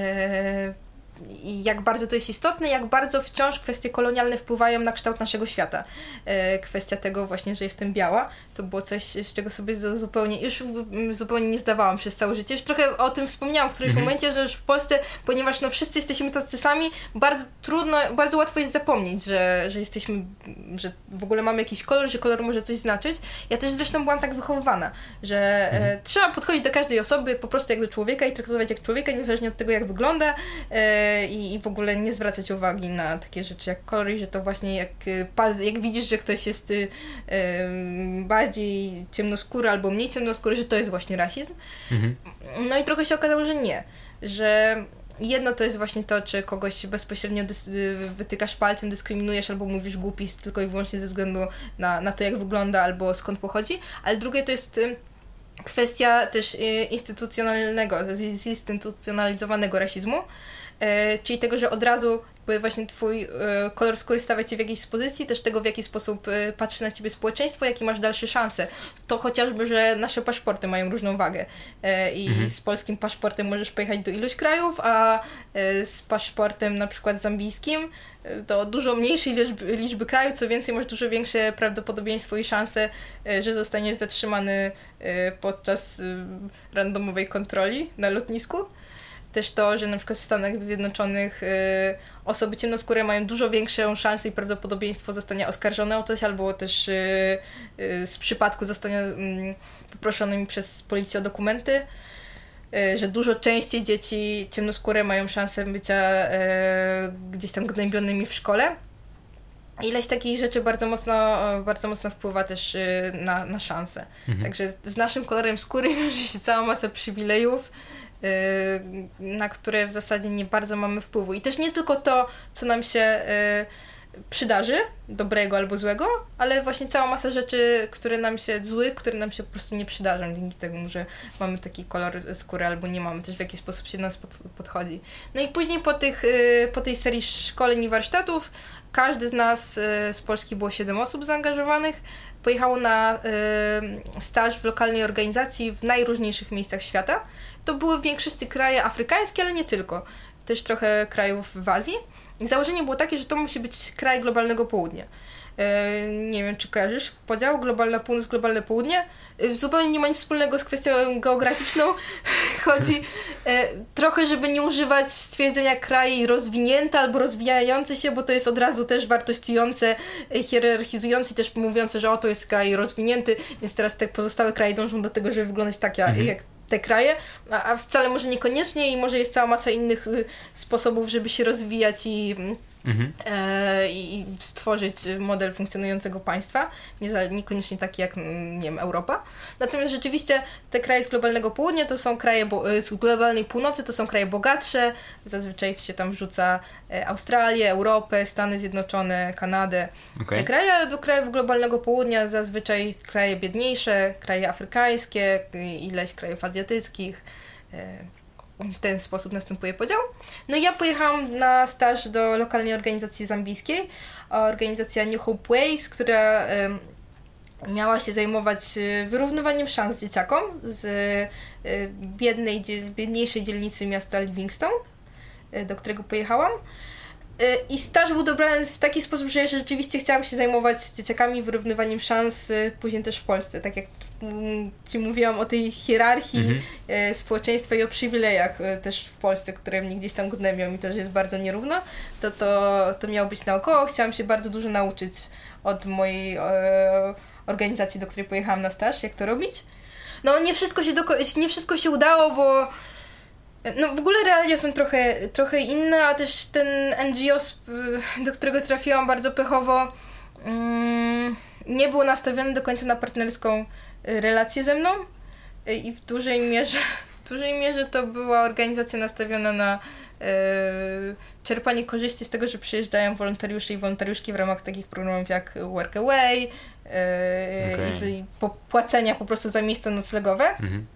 I jak bardzo to jest istotne, jak bardzo wciąż kwestie kolonialne wpływają na kształt naszego świata. E, kwestia tego właśnie, że jestem biała, to było coś, z czego sobie zupełnie, już zupełnie nie zdawałam przez całe życie. Już trochę o tym wspomniałam w którymś mhm. momencie, że już w Polsce, ponieważ no wszyscy jesteśmy tacy sami, bardzo trudno, bardzo łatwo jest zapomnieć, że, że jesteśmy, że w ogóle mamy jakiś kolor, że kolor może coś znaczyć. Ja też zresztą byłam tak wychowywana, że mhm. e, trzeba podchodzić do każdej osoby po prostu jak do człowieka i traktować jak człowieka, niezależnie od tego, jak wygląda. E, I, i w ogóle nie zwracać uwagi na takie rzeczy jak kolor i że to właśnie jak, jak widzisz, że ktoś jest y, bardziej ciemnoskóry albo mniej ciemnoskóry, że to jest właśnie rasizm. Mhm. No i trochę się okazało, że nie. Że jedno to jest właśnie to, czy kogoś bezpośrednio dys- wytykasz palcem, dyskryminujesz albo mówisz głupi tylko i wyłącznie ze względu na, na to, jak wygląda albo skąd pochodzi, ale drugie to jest y, kwestia też y, instytucjonalnego, zinstytucjonalizowanego rasizmu. E, czyli tego, że od razu właśnie twój e, kolor skóry stawia cię w jakiejś pozycji, też tego, w jaki sposób e, patrzy na ciebie społeczeństwo, jakie masz dalsze szanse. To chociażby, że nasze paszporty mają różną wagę e, i mhm. z polskim paszportem możesz pojechać do iluś krajów, a e, z paszportem na przykład zambijskim e, to dużo mniejszej liczby, liczby krajów, co więcej masz dużo większe prawdopodobieństwo i szanse, e, że zostaniesz zatrzymany e, podczas e, randomowej kontroli na lotnisku. Też to, że na przykład w Stanach Zjednoczonych y, osoby ciemnoskóre mają dużo większą szansę i prawdopodobieństwo zostania oskarżone o coś, albo też y, y, z przypadku zostania y, poproszonymi przez policję o dokumenty, y, że dużo częściej dzieci ciemnoskóre mają szansę bycia y, gdzieś tam gnębionymi w szkole. Ileś takich rzeczy bardzo mocno, bardzo mocno wpływa też y, na, na szanse. Mhm. Także z naszym kolorem skóry wiąże się cała masa przywilejów, na które w zasadzie nie bardzo mamy wpływu. I też nie tylko to, co nam się y, przydarzy, dobrego albo złego, ale właśnie cała masa rzeczy, które nam się, złych, które nam się po prostu nie przydarzą dzięki temu, że mamy taki kolor skóry albo nie mamy, też w jaki sposób się do nas pod, podchodzi. No i później po, tych, y, po tej serii szkoleń i warsztatów każdy z nas, y, z Polski było siedem osób zaangażowanych, pojechało na y, staż w lokalnej organizacji w najróżniejszych miejscach świata. To były w większości kraje afrykańskie, ale nie tylko. Też trochę krajów w Azji. I założenie było takie, że to musi być kraj globalnego południa. E, nie wiem, czy kojarzysz podział globalna północ, globalne południe? E, zupełnie nie ma nic wspólnego z kwestią geograficzną. Chodzi e, trochę, żeby nie używać stwierdzenia kraj rozwinięty albo rozwijający się, bo to jest od razu też wartościujące, hierarchizujące, też mówiące, że oto jest kraj rozwinięty, więc teraz te pozostałe kraje dążą do tego, żeby wyglądać tak jak, mhm. jak te kraje, a, a wcale może niekoniecznie i może jest cała masa innych y, sposobów, żeby się rozwijać i Mhm. e, i stworzyć model funkcjonującego państwa, nie za, niekoniecznie taki jak, nie wiem, Europa. Natomiast rzeczywiście te kraje z globalnego południa to są kraje, bo, z globalnej północy to są kraje bogatsze, zazwyczaj się tam wrzuca Australię, Europę, Stany Zjednoczone, Kanadę. Okay. Te kraje do krajów globalnego południa zazwyczaj kraje biedniejsze, kraje afrykańskie, ileś krajów azjatyckich. W ten sposób następuje podział. No i ja pojechałam na staż do lokalnej organizacji zambijskiej, organizacja New Hope Waves, która y, miała się zajmować wyrównywaniem szans dzieciakom z y, biednej, biedniejszej dzielnicy miasta Livingstone, y, do którego pojechałam. I staż był dobrany w taki sposób, że ja rzeczywiście chciałam się zajmować dzieciakami, wyrównywaniem szans później też w Polsce. Tak jak Ci mówiłam o tej hierarchii mhm. społeczeństwa i o przywilejach też w Polsce, które mnie gdzieś tam gnębią i to, że jest bardzo nierówno, to, to, to miało być naokoło. Chciałam się bardzo dużo nauczyć od mojej e, organizacji, do której pojechałam na staż, jak to robić. No nie wszystko się, do, nie wszystko się udało, bo no w ogóle realia są trochę, trochę inne, a też ten N G O, do którego trafiłam bardzo pechowo, mm, nie był nastawiony do końca na partnerską relację ze mną i w dużej mierze, w dużej mierze to była organizacja nastawiona na e, czerpanie korzyści z tego, że przyjeżdżają wolontariusze i wolontariuszki w ramach takich programów jak Workaway e, okay. i płacenia po prostu za miejsca noclegowe. Mhm.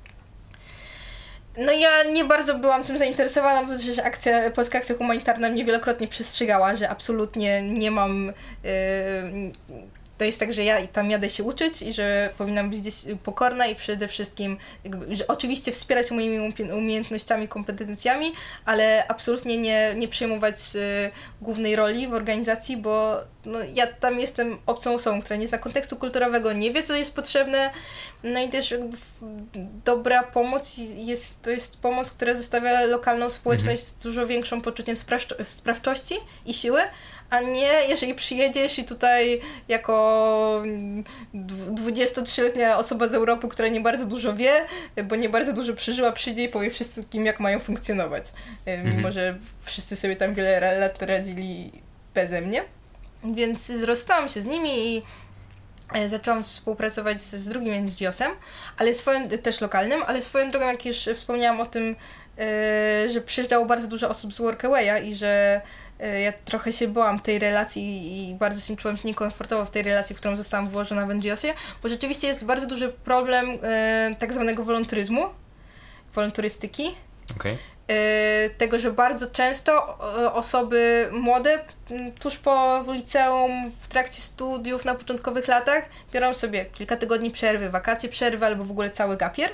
No ja nie bardzo byłam tym zainteresowana, bo też akcja, Polska Akcja Humanitarna mnie wielokrotnie przestrzegała, że absolutnie nie mam... Yy, to jest tak, że ja tam jadę się uczyć i że powinnam być gdzieś pokorna i przede wszystkim jakby, że oczywiście wspierać moimi umiejętnościami, kompetencjami, ale absolutnie nie, nie przejmować y, głównej roli w organizacji, bo no, ja tam jestem obcą osobą, która nie zna kontekstu kulturowego, nie wie, co jest potrzebne. No i też jakby, dobra pomoc jest, to jest pomoc, która zostawia lokalną społeczność mhm. z dużo większą poczuciem sprawczo- sprawczości i siły, a nie jeżeli przyjedziesz i tutaj jako dwudziestotrzyletnia osoba z Europy, która nie bardzo dużo wie, bo nie bardzo dużo przeżyła, przyjdzie i powie wszystkim, jak mają funkcjonować. Mhm. Mimo, że wszyscy sobie tam wiele lat radzili beze mnie. Więc rozstałam się z nimi i zaczęłam współpracować z drugim N G O S-em, ale swoją, też lokalnym, ale swoją drogą, jak już wspomniałam o tym, że przyjeżdżało bardzo dużo osób z Workawaya i że ja trochę się bałam tej relacji i bardzo się czułam się niekomfortowo w tej relacji, w którą zostałam włożona w N G O S-ie, bo rzeczywiście jest bardzo duży problem tak zwanego wolontaryzmu, wolontarystyki. Okay. Tego, że bardzo często osoby młode tuż po liceum, w trakcie studiów, na początkowych latach biorą sobie kilka tygodni przerwy, wakacje przerwy albo w ogóle cały gapier,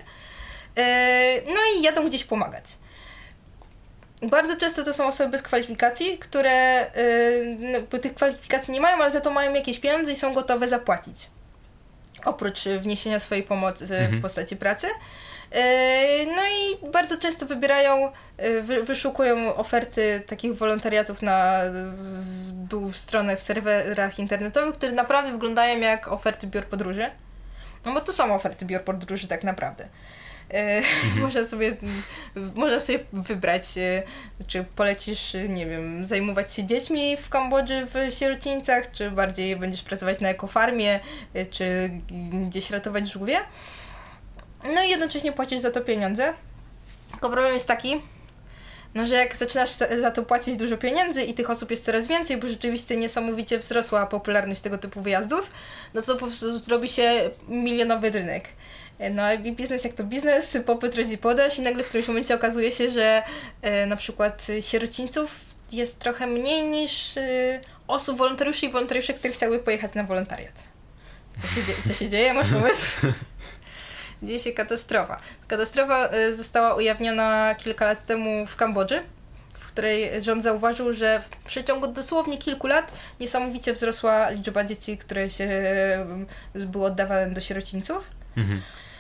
no i jadą gdzieś pomagać. Bardzo często to są osoby bez kwalifikacji, które no, tych kwalifikacji nie mają, ale za to mają jakieś pieniądze i są gotowe zapłacić. Oprócz wniesienia swojej pomocy mhm. w postaci pracy. No i bardzo często wybierają, wyszukują oferty takich wolontariatów na, w, w stronę w serwerach internetowych, które naprawdę wyglądają jak oferty biur podróży. No bo to są oferty biur podróży tak naprawdę. Mhm. Można sobie, można sobie wybrać, czy polecisz, nie wiem, zajmować się dziećmi w Kambodży w sierocińcach, czy bardziej będziesz pracować na ekofarmie, czy gdzieś ratować żółwie. No i jednocześnie płacisz za to pieniądze. Tylko problem jest taki, no, że jak zaczynasz za to płacić dużo pieniędzy i tych osób jest coraz więcej, bo rzeczywiście niesamowicie wzrosła popularność tego typu wyjazdów, no to po prostu robi się milionowy rynek. No i biznes jak to biznes, popyt rodzi podaż i nagle w którymś momencie okazuje się, że e, na przykład sierocińców jest trochę mniej niż e, osób, wolontariuszy i wolontariuszek, które chciały pojechać na wolontariat. Co się, dzie- co się dzieje? Masz pomysł? Dzieje się katastrofa. Katastrofa została ujawniona kilka lat temu w Kambodży, w której rząd zauważył, że w przeciągu dosłownie kilku lat niesamowicie wzrosła liczba dzieci, które się były oddawane do sierocińców. Mhm.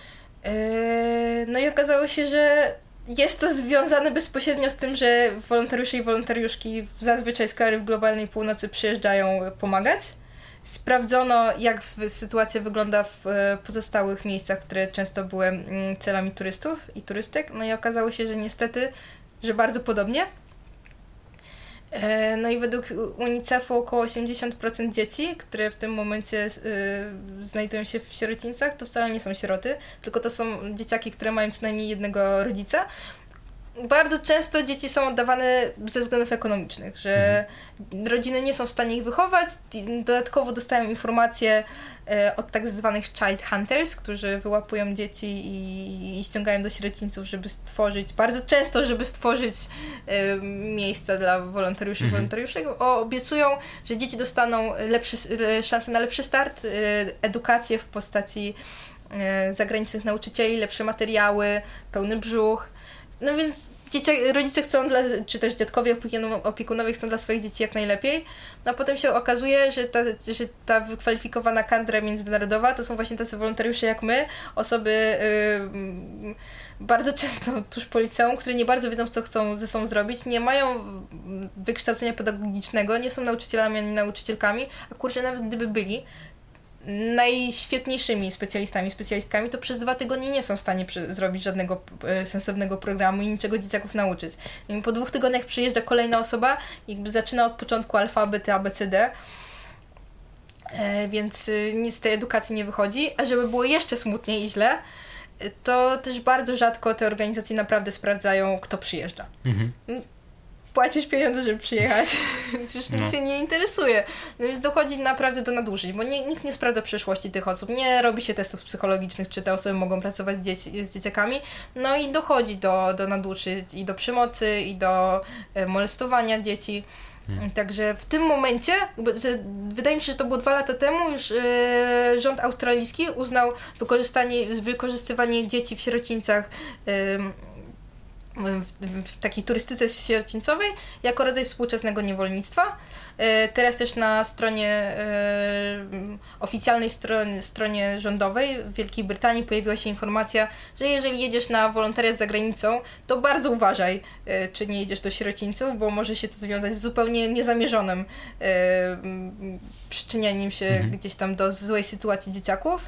No i okazało się, że jest to związane bezpośrednio z tym, że wolontariusze i wolontariuszki zazwyczaj z krajów globalnej północy przyjeżdżają pomagać. Sprawdzono, jak sytuacja wygląda w pozostałych miejscach, które często były celami turystów i turystek. No i okazało się, że niestety, że bardzo podobnie. No i według UNICEF-u około osiemdziesiąt procent dzieci, które w tym momencie y, znajdują się w sierocińcach, to wcale nie są sieroty, tylko to są dzieciaki, które mają co najmniej jednego rodzica. Bardzo często dzieci są oddawane ze względów ekonomicznych, że mhm. rodziny nie są w stanie ich wychować, dodatkowo dostają informacje e, od tak zwanych child hunters, którzy wyłapują dzieci i, i ściągają do sierocińców, żeby stworzyć, bardzo często, żeby stworzyć e, miejsca dla wolontariuszy i mhm. wolontariuszy. O, obiecują, że dzieci dostaną lepszy, szansę na lepszy start, e, edukację w postaci e, zagranicznych nauczycieli, lepsze materiały, pełny brzuch. No więc dzieciak, rodzice chcą, dla, czy też dziadkowie opiekunowie chcą dla swoich dzieci jak najlepiej, no a potem się okazuje, że ta, że ta wykwalifikowana kadra międzynarodowa to są właśnie tacy wolontariusze jak my, osoby yy, bardzo często tuż po liceum, które nie bardzo wiedzą, co chcą ze sobą zrobić, nie mają wykształcenia pedagogicznego, nie są nauczycielami ani nauczycielkami, a kurczę, nawet gdyby byli najświetniejszymi specjalistami, specjalistkami, to przez dwa tygodnie nie są w stanie przy, zrobić żadnego e, sensownego programu i niczego dzieciaków nauczyć. I po dwóch tygodniach przyjeżdża kolejna osoba i jakby zaczyna od początku alfabety A B C D, e, więc e, nic z tej edukacji nie wychodzi. A żeby było jeszcze smutniej i źle, e, to też bardzo rzadko te organizacje naprawdę sprawdzają, kto przyjeżdża. Mhm. Płacisz pieniądze, żeby przyjechać, więc już nikt no. się nie interesuje. No więc dochodzi naprawdę do nadużyć, bo nie, nikt nie sprawdza przyszłości tych osób, nie robi się testów psychologicznych, czy te osoby mogą pracować z, dzieci, z dzieciakami, no i dochodzi do, do nadużyć i do przemocy, i do e, molestowania dzieci. Hmm. Także w tym momencie, że wydaje mi się, że to było dwa lata temu, już e, rząd australijski uznał wykorzystanie, wykorzystywanie dzieci w sierocińcach e, W, w takiej turystyce sierocińcowej jako rodzaj współczesnego niewolnictwa. E, teraz też na stronie e, oficjalnej stronie, stronie rządowej w Wielkiej Brytanii pojawiła się informacja, że jeżeli jedziesz na wolontariat za granicą, to bardzo uważaj, e, czy nie jedziesz do sierocińców, bo może się to związać z zupełnie niezamierzonym e, przyczynianiem się mhm. gdzieś tam do złej sytuacji dzieciaków.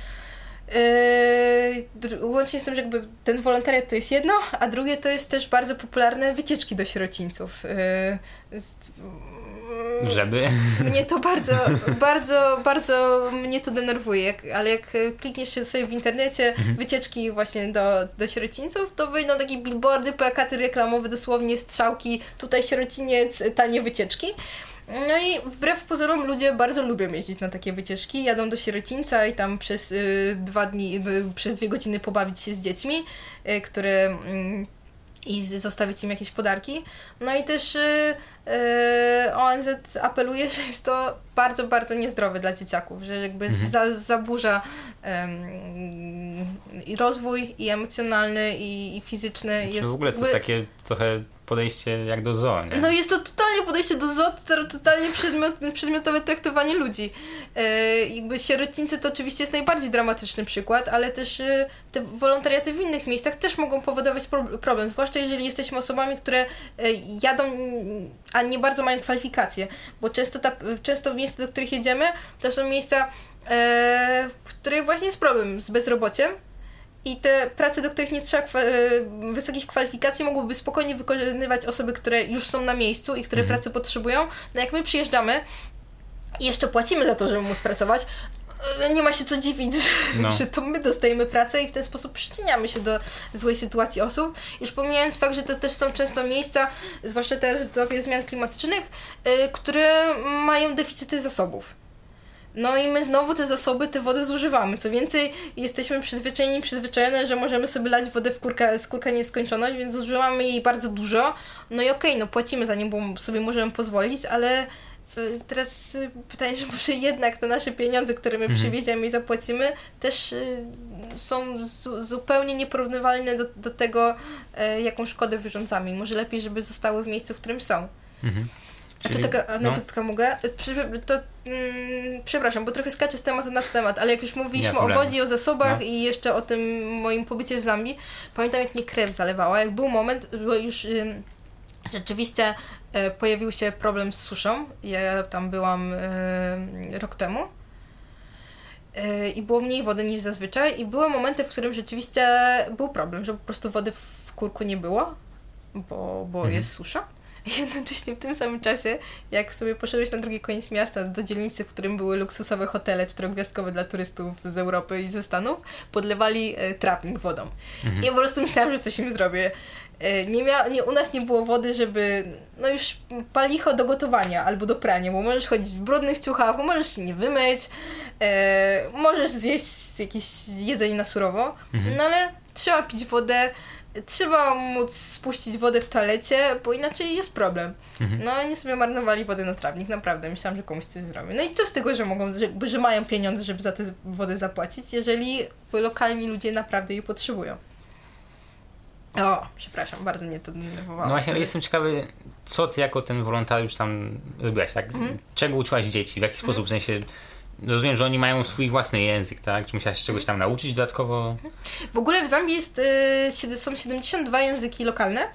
Yy, łącznie z tym, że jakby ten wolontariat to jest jedno, a drugie to jest też bardzo popularne wycieczki do sierocińców. Yy, z, Żeby? Mnie to bardzo, bardzo, bardzo mnie to denerwuje, jak, ale jak klikniesz się sobie w internecie mhm. wycieczki właśnie do, do sierocińców, to wyjdą takie billboardy, plakaty reklamowe, dosłownie strzałki, tutaj sierociniec, tanie wycieczki. No i wbrew pozorom ludzie bardzo lubią jeździć na takie wycieczki, jadą do sierocińca i tam przez y, dwa dni, y, przez dwie godziny pobawić się z dziećmi, y, które... Y, i zostawić im jakieś podarki. No i też yy, O N Z apeluje, że jest to bardzo, bardzo niezdrowe dla dzieciaków, że jakby mhm. za, zaburza yy, i rozwój, i emocjonalny, i, i fizyczny. Czy jest w ogóle to jakby... takie trochę podejście jak do zoo, nie? No jest to totalnie podejście do zoo, totalnie przedmiot, przedmiotowe traktowanie ludzi. Yy, jakby sierocińcy to oczywiście jest najbardziej dramatyczny przykład, ale też yy, te wolontariaty w innych miejscach też mogą powodować pro, problem, zwłaszcza jeżeli jesteśmy osobami, które yy, jadą, a nie bardzo mają kwalifikacje, bo często, ta, często miejsca, do których jedziemy, to są miejsca, yy, w których właśnie jest problem z bezrobociem. I te prace, do których nie trzeba kwa- wysokich kwalifikacji, mogłyby spokojnie wykonywać osoby, które już są na miejscu i które mhm. pracy potrzebują. No jak my przyjeżdżamy i jeszcze płacimy za to, żeby móc pracować, nie ma się co dziwić, no. że to my dostajemy pracę i w ten sposób przyczyniamy się do złej sytuacji osób. Już pomijając fakt, że to też są często miejsca, zwłaszcza teraz w dobie zmian klimatycznych, yy, które mają deficyty zasobów. No i my znowu te zasoby, te wody zużywamy. Co więcej, jesteśmy przyzwyczajeni, przyzwyczajone, że możemy sobie lać wodę w kurkę, z kurka nieskończoność, więc zużywamy jej bardzo dużo. No i okej, okay, no płacimy za nią, bo sobie możemy pozwolić, ale y, teraz y, pytanie, że może jednak te nasze pieniądze, które my mhm. przywieziemy i zapłacimy, też y, są zu, zupełnie nieporównywalne do, do tego, y, jaką szkodę wyrządzamy. Może lepiej, żeby zostały w miejscu, w którym są. Mhm. A to taka anegdotka no. mogę? To, mm, przepraszam, bo trochę skaczę z tematu na temat, ale jak już mówiliśmy o wodzie i o zasobach no. i jeszcze o tym moim pobycie w Zambii, pamiętam jak mnie krew zalewała, jak był moment, bo już y, rzeczywiście y, pojawił się problem z suszą. Ja tam byłam y, rok temu y, i było mniej wody niż zazwyczaj i były momenty, w którym rzeczywiście był problem, że po prostu wody w kurku nie było, bo, bo mhm. jest susza. Jednocześnie w tym samym czasie, jak sobie poszedłeś na drugi koniec miasta, do dzielnicy, w którym były luksusowe hotele czterogwiazdkowe dla turystów z Europy i ze Stanów, podlewali e, trawnik wodą. Mhm. I ja po prostu myślałam, że coś im zrobię. E, nie mia- nie, u nas nie było wody, żeby no już palicho do gotowania albo do prania, bo możesz chodzić w brudnych ciuchach, bo możesz się nie wymyć, e, możesz zjeść jakieś jedzenie na surowo, mhm. no ale trzeba pić wodę, trzeba móc spuścić wodę w toalecie, bo inaczej jest problem. Mhm. No oni sobie marnowali wodę na trawnik, naprawdę. Myślałam, że komuś coś zrobię. No i co z tego, że mogą, że, że mają pieniądze, żeby za tę wodę zapłacić, jeżeli lokalni ludzie naprawdę jej potrzebują. O, przepraszam, bardzo mnie to denerwowało. No właśnie, ale jestem ciekawy, co ty jako ten wolontariusz tam robiłaś, tak? Mhm. Czego uczyłaś dzieci? W jaki mhm. sposób? W sensie, rozumiem, że oni mają swój własny język, tak? Czy musiałaś czegoś tam nauczyć dodatkowo? W ogóle w Zambii jest, y, są siedemdziesiąt dwa języki lokalne, y,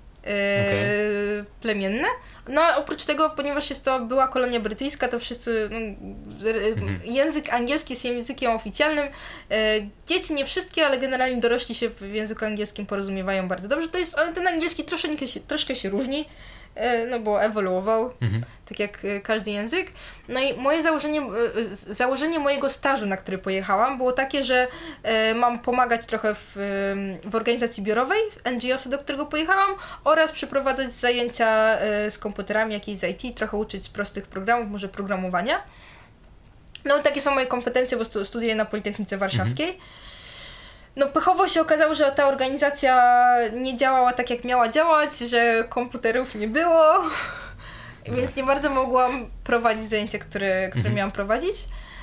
okay. plemienne. No a oprócz tego, ponieważ jest to była kolonia brytyjska, to wszyscy, no, mhm. język angielski jest językiem oficjalnym. Y, dzieci nie wszystkie, ale generalnie dorośli się w języku angielskim porozumiewają bardzo dobrze. To jest, ale ten angielski troszeczkę się, troszkę się różni. No bo ewoluował, mhm. tak jak każdy język. No i moje założenie, założenie mojego stażu, na który pojechałam, było takie, że mam pomagać trochę w, w organizacji biurowej, N G O S, do którego pojechałam, oraz przeprowadzać zajęcia z komputerami, jakieś z I T, trochę uczyć prostych programów, może programowania. No takie są moje kompetencje, bo studiuję na Politechnice Warszawskiej. Mhm. No pechowo się okazało, że ta organizacja nie działała tak, jak miała działać, że komputerów nie było, no. Więc nie bardzo mogłam prowadzić zajęcia, które, które mhm. miałam prowadzić.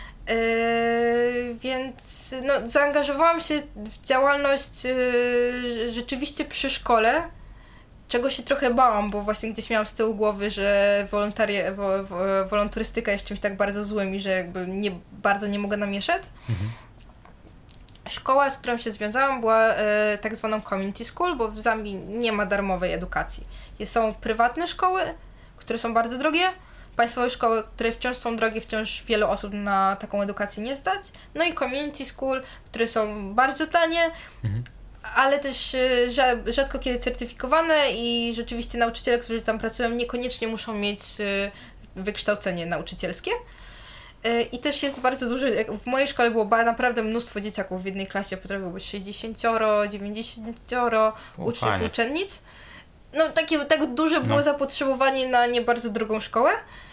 Yy, więc no, zaangażowałam się w działalność yy, rzeczywiście przy szkole, czego się trochę bałam, bo właśnie gdzieś miałam z tyłu głowy, że wolontarię, wo, wo, wolonturystyka jest czymś tak bardzo złym i że jakby nie, bardzo nie mogę namieszać. Mhm. Szkoła, z którą się związałam, była e, tak zwaną community school, bo w Zambii nie ma darmowej edukacji. Są prywatne szkoły, które są bardzo drogie, państwowe szkoły, które wciąż są drogie, wciąż wiele osób na taką edukację nie stać, no i community school, które są bardzo tanie, mhm. ale też e, rzadko kiedy certyfikowane i rzeczywiście nauczyciele, którzy tam pracują, niekoniecznie muszą mieć e, wykształcenie nauczycielskie. I też jest bardzo dużo, w mojej szkole było naprawdę mnóstwo dzieciaków w jednej klasie, potrafiło być sześćdziesiąt, dziewięćdziesiąt uczniów i uczennic. No takie tak duże było no. zapotrzebowanie na nie bardzo drogą szkołę.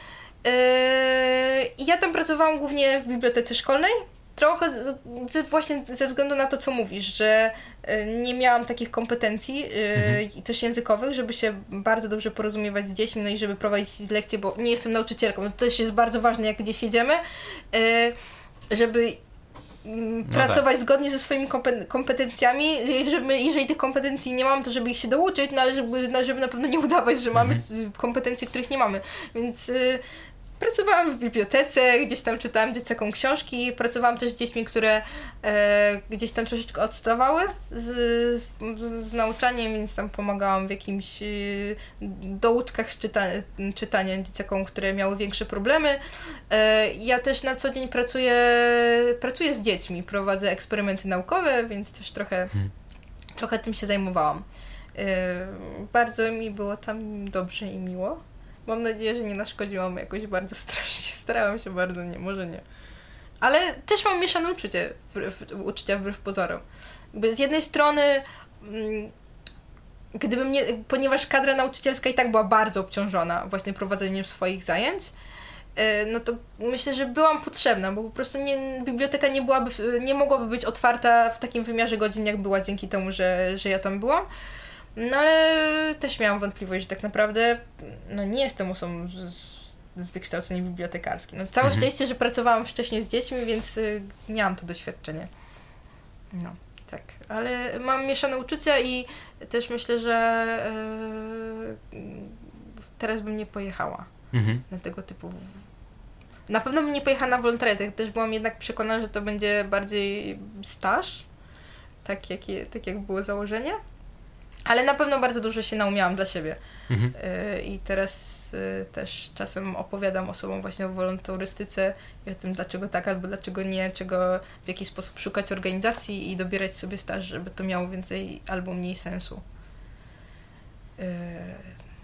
I ja tam pracowałam głównie w bibliotece szkolnej. Trochę z, właśnie ze względu na to, co mówisz, że nie miałam takich kompetencji mhm. i też językowych, żeby się bardzo dobrze porozumiewać z dziećmi, no i żeby prowadzić lekcje, bo nie jestem nauczycielką. To też jest bardzo ważne, jak gdzieś jedziemy, żeby no pracować tak. zgodnie ze swoimi kompetencjami, żeby, jeżeli tych kompetencji nie mam, to żeby ich się douczyć, no ale żeby, żeby na pewno nie udawać, że mamy mhm. kompetencje, których nie mamy. Więc pracowałam w bibliotece, gdzieś tam czytałam dzieciakom książki, pracowałam też z dziećmi, które e, gdzieś tam troszeczkę odstawały z, z, z nauczaniem, więc tam pomagałam w jakimś e, douczkach z czyta, czytania dzieciakom, które miały większe problemy. E, ja też na co dzień pracuję, pracuję z dziećmi, prowadzę eksperymenty naukowe, więc też trochę, hmm. trochę tym się zajmowałam. E, bardzo mi było tam dobrze i miło. Mam nadzieję, że nie naszkodziłam jakoś bardzo strasznie. Starałam się bardzo, nie, może nie. Ale też mam mieszane uczucie, wbrew, uczucia wbrew pozorom. Jakby z jednej strony, mm, gdybym nie, ponieważ kadra nauczycielska i tak była bardzo obciążona właśnie prowadzeniem swoich zajęć, yy, no to myślę, że byłam potrzebna, bo po prostu nie, biblioteka nie byłaby, nie mogłaby być otwarta w takim wymiarze godzin, jak była dzięki temu, że, że ja tam byłam. No ale też miałam wątpliwość, że tak naprawdę no nie jestem osobą z, z wykształceniem bibliotekarskim. No całe mhm. szczęście, że pracowałam wcześniej z dziećmi, więc y, miałam to doświadczenie. No, tak. Ale mam mieszane uczucia i też myślę, że y, teraz bym nie pojechała mhm. na tego typu... Na pewno bym nie pojechała na wolontariat. Też byłam jednak przekonana, że to będzie bardziej staż, tak jak, je, tak jak było założenie. Ale na pewno bardzo dużo się naumiałam dla siebie. Mhm. Yy, I teraz yy, też czasem opowiadam osobom właśnie o wolontarystyce i o tym, dlaczego tak albo dlaczego nie, czego, w jaki sposób szukać organizacji i dobierać sobie staż, żeby to miało więcej albo mniej sensu. Yy.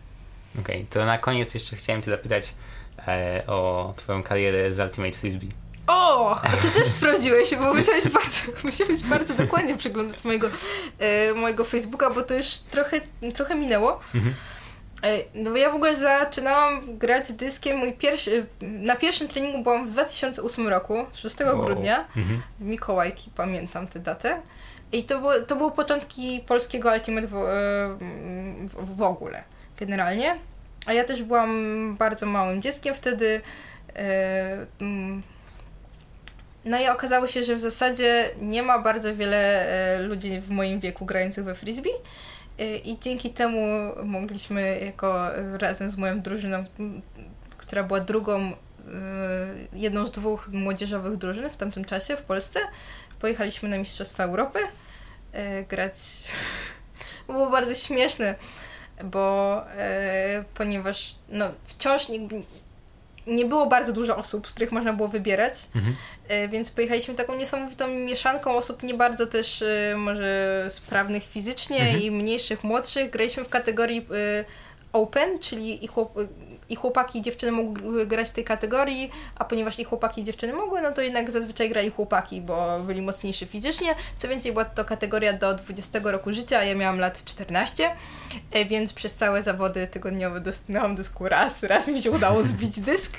Okej, okay, to na koniec jeszcze chciałem cię zapytać e, o twoją karierę z Ultimate Frisbee. O, ty też sprawdziłeś, bo musiałeś bardzo, musiałeś bardzo dokładnie przeglądać mojego, e, mojego Facebooka, bo to już trochę, trochę minęło. Mhm. E, no bo ja w ogóle zaczynałam grać dyskiem, mój pierwszy, na pierwszym treningu byłam w dwa tysiące ósmym roku, szóstego wow. grudnia, mhm. w Mikołajki, pamiętam tę datę. I to, było, to były początki polskiego Ultimate w, w, w ogóle, generalnie. A ja też byłam bardzo małym dzieckiem wtedy. E, No i okazało się, że w zasadzie nie ma bardzo wiele ludzi w moim wieku grających we frisbee i dzięki temu mogliśmy jako razem z moją drużyną, która była drugą, jedną z dwóch młodzieżowych drużyn w tamtym czasie w Polsce, pojechaliśmy na Mistrzostwa Europy grać. Było bardzo śmieszne, bo ponieważ no, wciąż nie, nie było bardzo dużo osób, z których można było wybierać, mhm. więc pojechaliśmy taką niesamowitą mieszanką osób nie bardzo też może sprawnych fizycznie mhm. i mniejszych, młodszych. Graliśmy w kategorii open, czyli i, chłop, i chłopaki i dziewczyny mogły grać w tej kategorii, a ponieważ i chłopaki i dziewczyny mogły, no to jednak zazwyczaj grali chłopaki, bo byli mocniejsi fizycznie. Co więcej, była to kategoria do dwudziestego roku życia, a ja miałam lat czternaście, więc przez całe zawody tygodniowe dostałam dysku raz, raz mi się udało zbić dysk.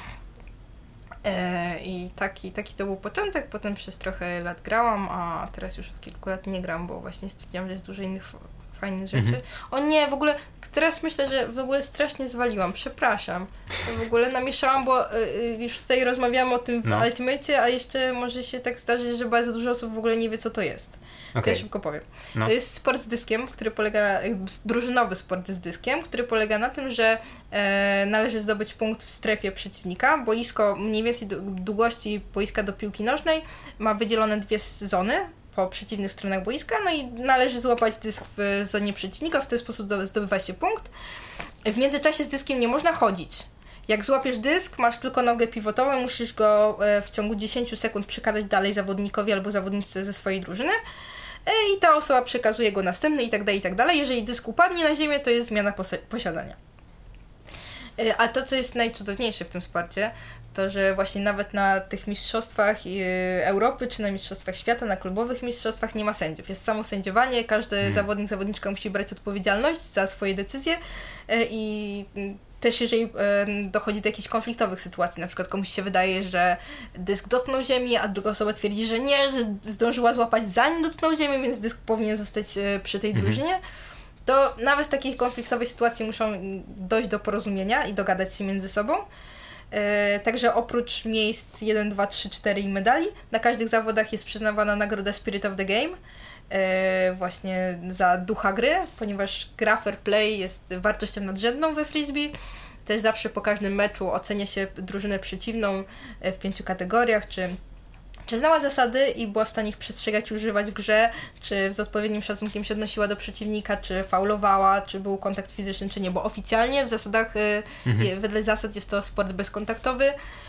I taki, taki to był początek, potem przez trochę lat grałam, a teraz już od kilku lat nie gram, bo właśnie stwierdziłam, że jest dużo innych fajnych rzeczy. Mhm. O nie, w ogóle teraz myślę, że w ogóle strasznie zwaliłam, przepraszam. W ogóle namieszałam, bo y, już tutaj rozmawiamy o tym w no. Ultimate'cie, a jeszcze może się tak zdarzyć, że bardzo dużo osób w ogóle nie wie, co to jest. Okay. To ja szybko powiem. No. To jest sport z dyskiem, który polega, drużynowy sport z dyskiem, który polega na tym, że e, należy zdobyć punkt w strefie przeciwnika. Boisko mniej więcej długości boiska do piłki nożnej ma wydzielone dwie zony po przeciwnych stronach boiska, no i należy złapać dysk w zonie przeciwnika, w ten sposób zdobywa się punkt. W międzyczasie z dyskiem nie można chodzić. Jak złapiesz dysk, masz tylko nogę pivotową, musisz go w ciągu dziesięć sekund przekazać dalej zawodnikowi albo zawodniczce ze swojej drużyny i ta osoba przekazuje go następnej i tak dalej, i tak dalej. Jeżeli dysk upadnie na ziemię, to jest zmiana pos- posiadania. A to, co jest najcudowniejsze w tym sporcie, to, że właśnie nawet na tych mistrzostwach Europy, czy na mistrzostwach świata, na klubowych mistrzostwach nie ma sędziów. Jest samo sędziowanie, każdy hmm. zawodnik, zawodniczka musi brać odpowiedzialność za swoje decyzje i też jeżeli dochodzi do jakichś konfliktowych sytuacji, na przykład komuś się wydaje, że dysk dotknął ziemi, a druga osoba twierdzi, że nie, że zdążyła złapać zanim dotknął ziemi, więc dysk powinien zostać przy tej hmm. drużynie, to nawet w takiej konfliktowej sytuacji muszą dojść do porozumienia i dogadać się między sobą. E, także oprócz miejsc jeden, dwa, trzy, cztery i medali, na każdych zawodach jest przyznawana nagroda Spirit of the Game, e, właśnie za ducha gry, ponieważ gra fair play jest wartością nadrzędną we frisbee. Też zawsze po każdym meczu ocenia się drużynę przeciwną w pięciu kategoriach, czy Czy znała zasady i była w stanie ich przestrzegać i używać w grze, czy z odpowiednim szacunkiem się odnosiła do przeciwnika, czy faulowała, czy był kontakt fizyczny, czy nie, bo oficjalnie w zasadach, mhm. wedle zasad jest to sport bezkontaktowy.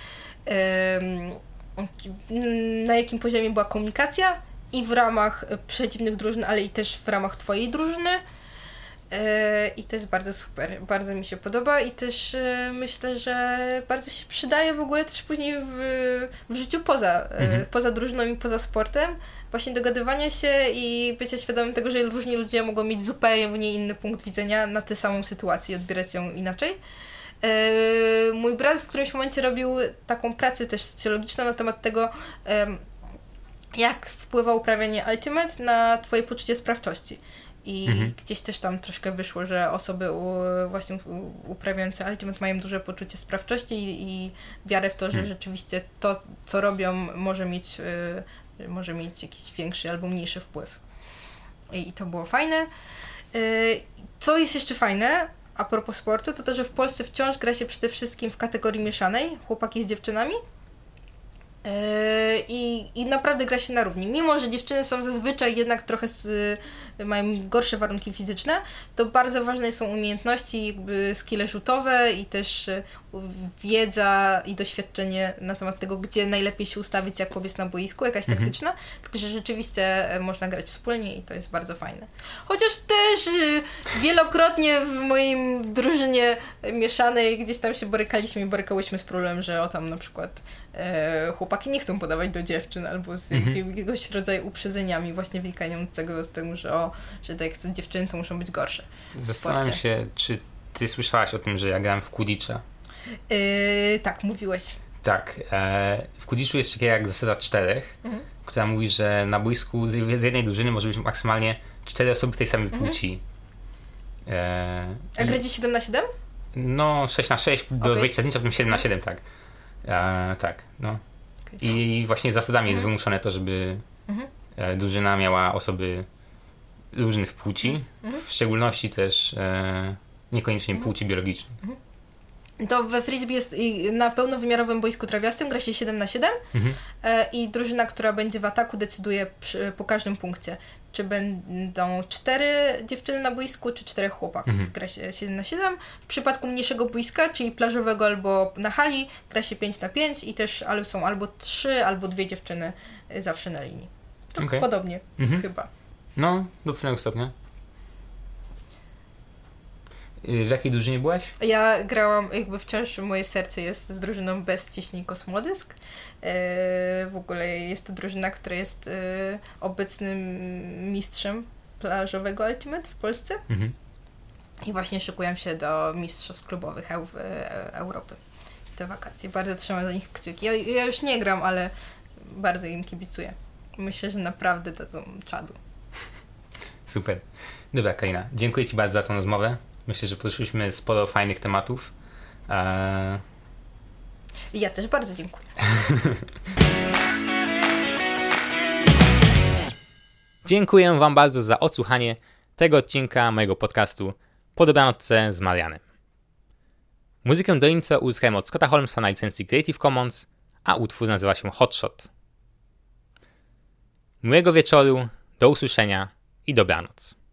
Na jakim poziomie była komunikacja i w ramach przeciwnych drużyn, ale i też w ramach twojej drużyny. I to jest bardzo super, bardzo mi się podoba i też myślę, że bardzo się przydaje w ogóle też później w, w życiu poza, mhm. poza drużyną i poza sportem, właśnie dogadywania się i bycia świadomym tego, że różni ludzie mogą mieć zupełnie inny punkt widzenia na tę samą sytuację, odbierać ją inaczej. Mój brat w którymś momencie robił taką pracę też socjologiczną na temat tego, jak wpływa uprawianie Ultimate na twoje poczucie sprawczości. I mhm. gdzieś też tam troszkę wyszło, że osoby u, właśnie u, uprawiające Ultimate mają duże poczucie sprawczości i, i wiarę w to, że mhm. rzeczywiście to, co robią, może mieć, y, może mieć jakiś większy albo mniejszy wpływ. I, i to było fajne. Y, co jest jeszcze fajne, a propos sportu, to to, że w Polsce wciąż gra się przede wszystkim w kategorii mieszanej, chłopaki z dziewczynami. i, i naprawdę gra się na równi. Mimo, że dziewczyny są zazwyczaj jednak trochę z, mają gorsze warunki fizyczne, to bardzo ważne są umiejętności, jakby skille rzutowe i też wiedza i doświadczenie na temat tego, gdzie najlepiej się ustawić, jak pobiec na boisku, jakaś mhm. taktyczna. Także rzeczywiście można grać wspólnie i to jest bardzo fajne. Chociaż też wielokrotnie w moim drużynie mieszanej gdzieś tam się borykaliśmy i borykałyśmy z problemem, że o tam na przykład e, chłopaki nie chcą podawać do dziewczyn albo z mhm. jakiegoś rodzaju uprzedzeniami właśnie wynikającego z tego, że o, że tak jak dziewczyny to muszą być gorsze. Zastanawiam się, czy ty słyszałaś o tym, że ja grałem w Quidditcha? Yy, tak, mówiłeś. Tak. E, w Quidditchu jest taka jak zasada czterech, mhm. która mówi, że na boisku z, z jednej drużyny może być maksymalnie cztery osoby tej samej mhm. płci. E, A gracie siedem na siedem? No, sześć na sześć do okay. wejścia zdjęcia, potem siedem na siedem, tak. E, tak, no. Okay. I właśnie zasadami mhm. jest wymuszone to, żeby mhm. e, drużyna miała osoby różnych płci, mhm. w szczególności też e, niekoniecznie mhm. płci biologicznej. Mhm. To we frisbee jest na pełnowymiarowym boisku trawiastym, gra się siedem na siedem mhm. i drużyna, która będzie w ataku, decyduje przy, po każdym punkcie, czy będą cztery dziewczyny na boisku, czy czterech chłopaków. Mhm. Gra się siedem na siedem. W przypadku mniejszego boiska, czyli plażowego albo na hali, gra się pięć na pięć i też ale są albo trzy, albo dwie dziewczyny zawsze na linii. To okay. podobnie mhm. chyba. No, do pewnego stopnia. W jakiej drużynie byłaś? Ja grałam, jakby wciąż moje serce jest z drużyną bez ciśnień Kosmodysk. Yy, w ogóle jest to drużyna, która jest yy, obecnym mistrzem plażowego Ultimate w Polsce. Mhm. I właśnie szykuję się do mistrzostw klubowych Eu- Europy w te wakacje. Bardzo trzymam za nich kciuki. Ja, ja już nie gram, ale bardzo im kibicuję. Myślę, że naprawdę dadzą czadu. Super. Dobra, Karina, dziękuję Ci bardzo za tą rozmowę. Myślę, że poruszyliśmy sporo fajnych tematów. Eee... Ja też bardzo dziękuję. Dziękuję Wam bardzo za odsłuchanie tego odcinka mojego podcastu Po dobranocce z Marianem. Muzykę do intro uzyskałem od Scotta Holmesa na licencji Creative Commons, a utwór nazywa się Hotshot. Miłego wieczoru, do usłyszenia i dobranoc.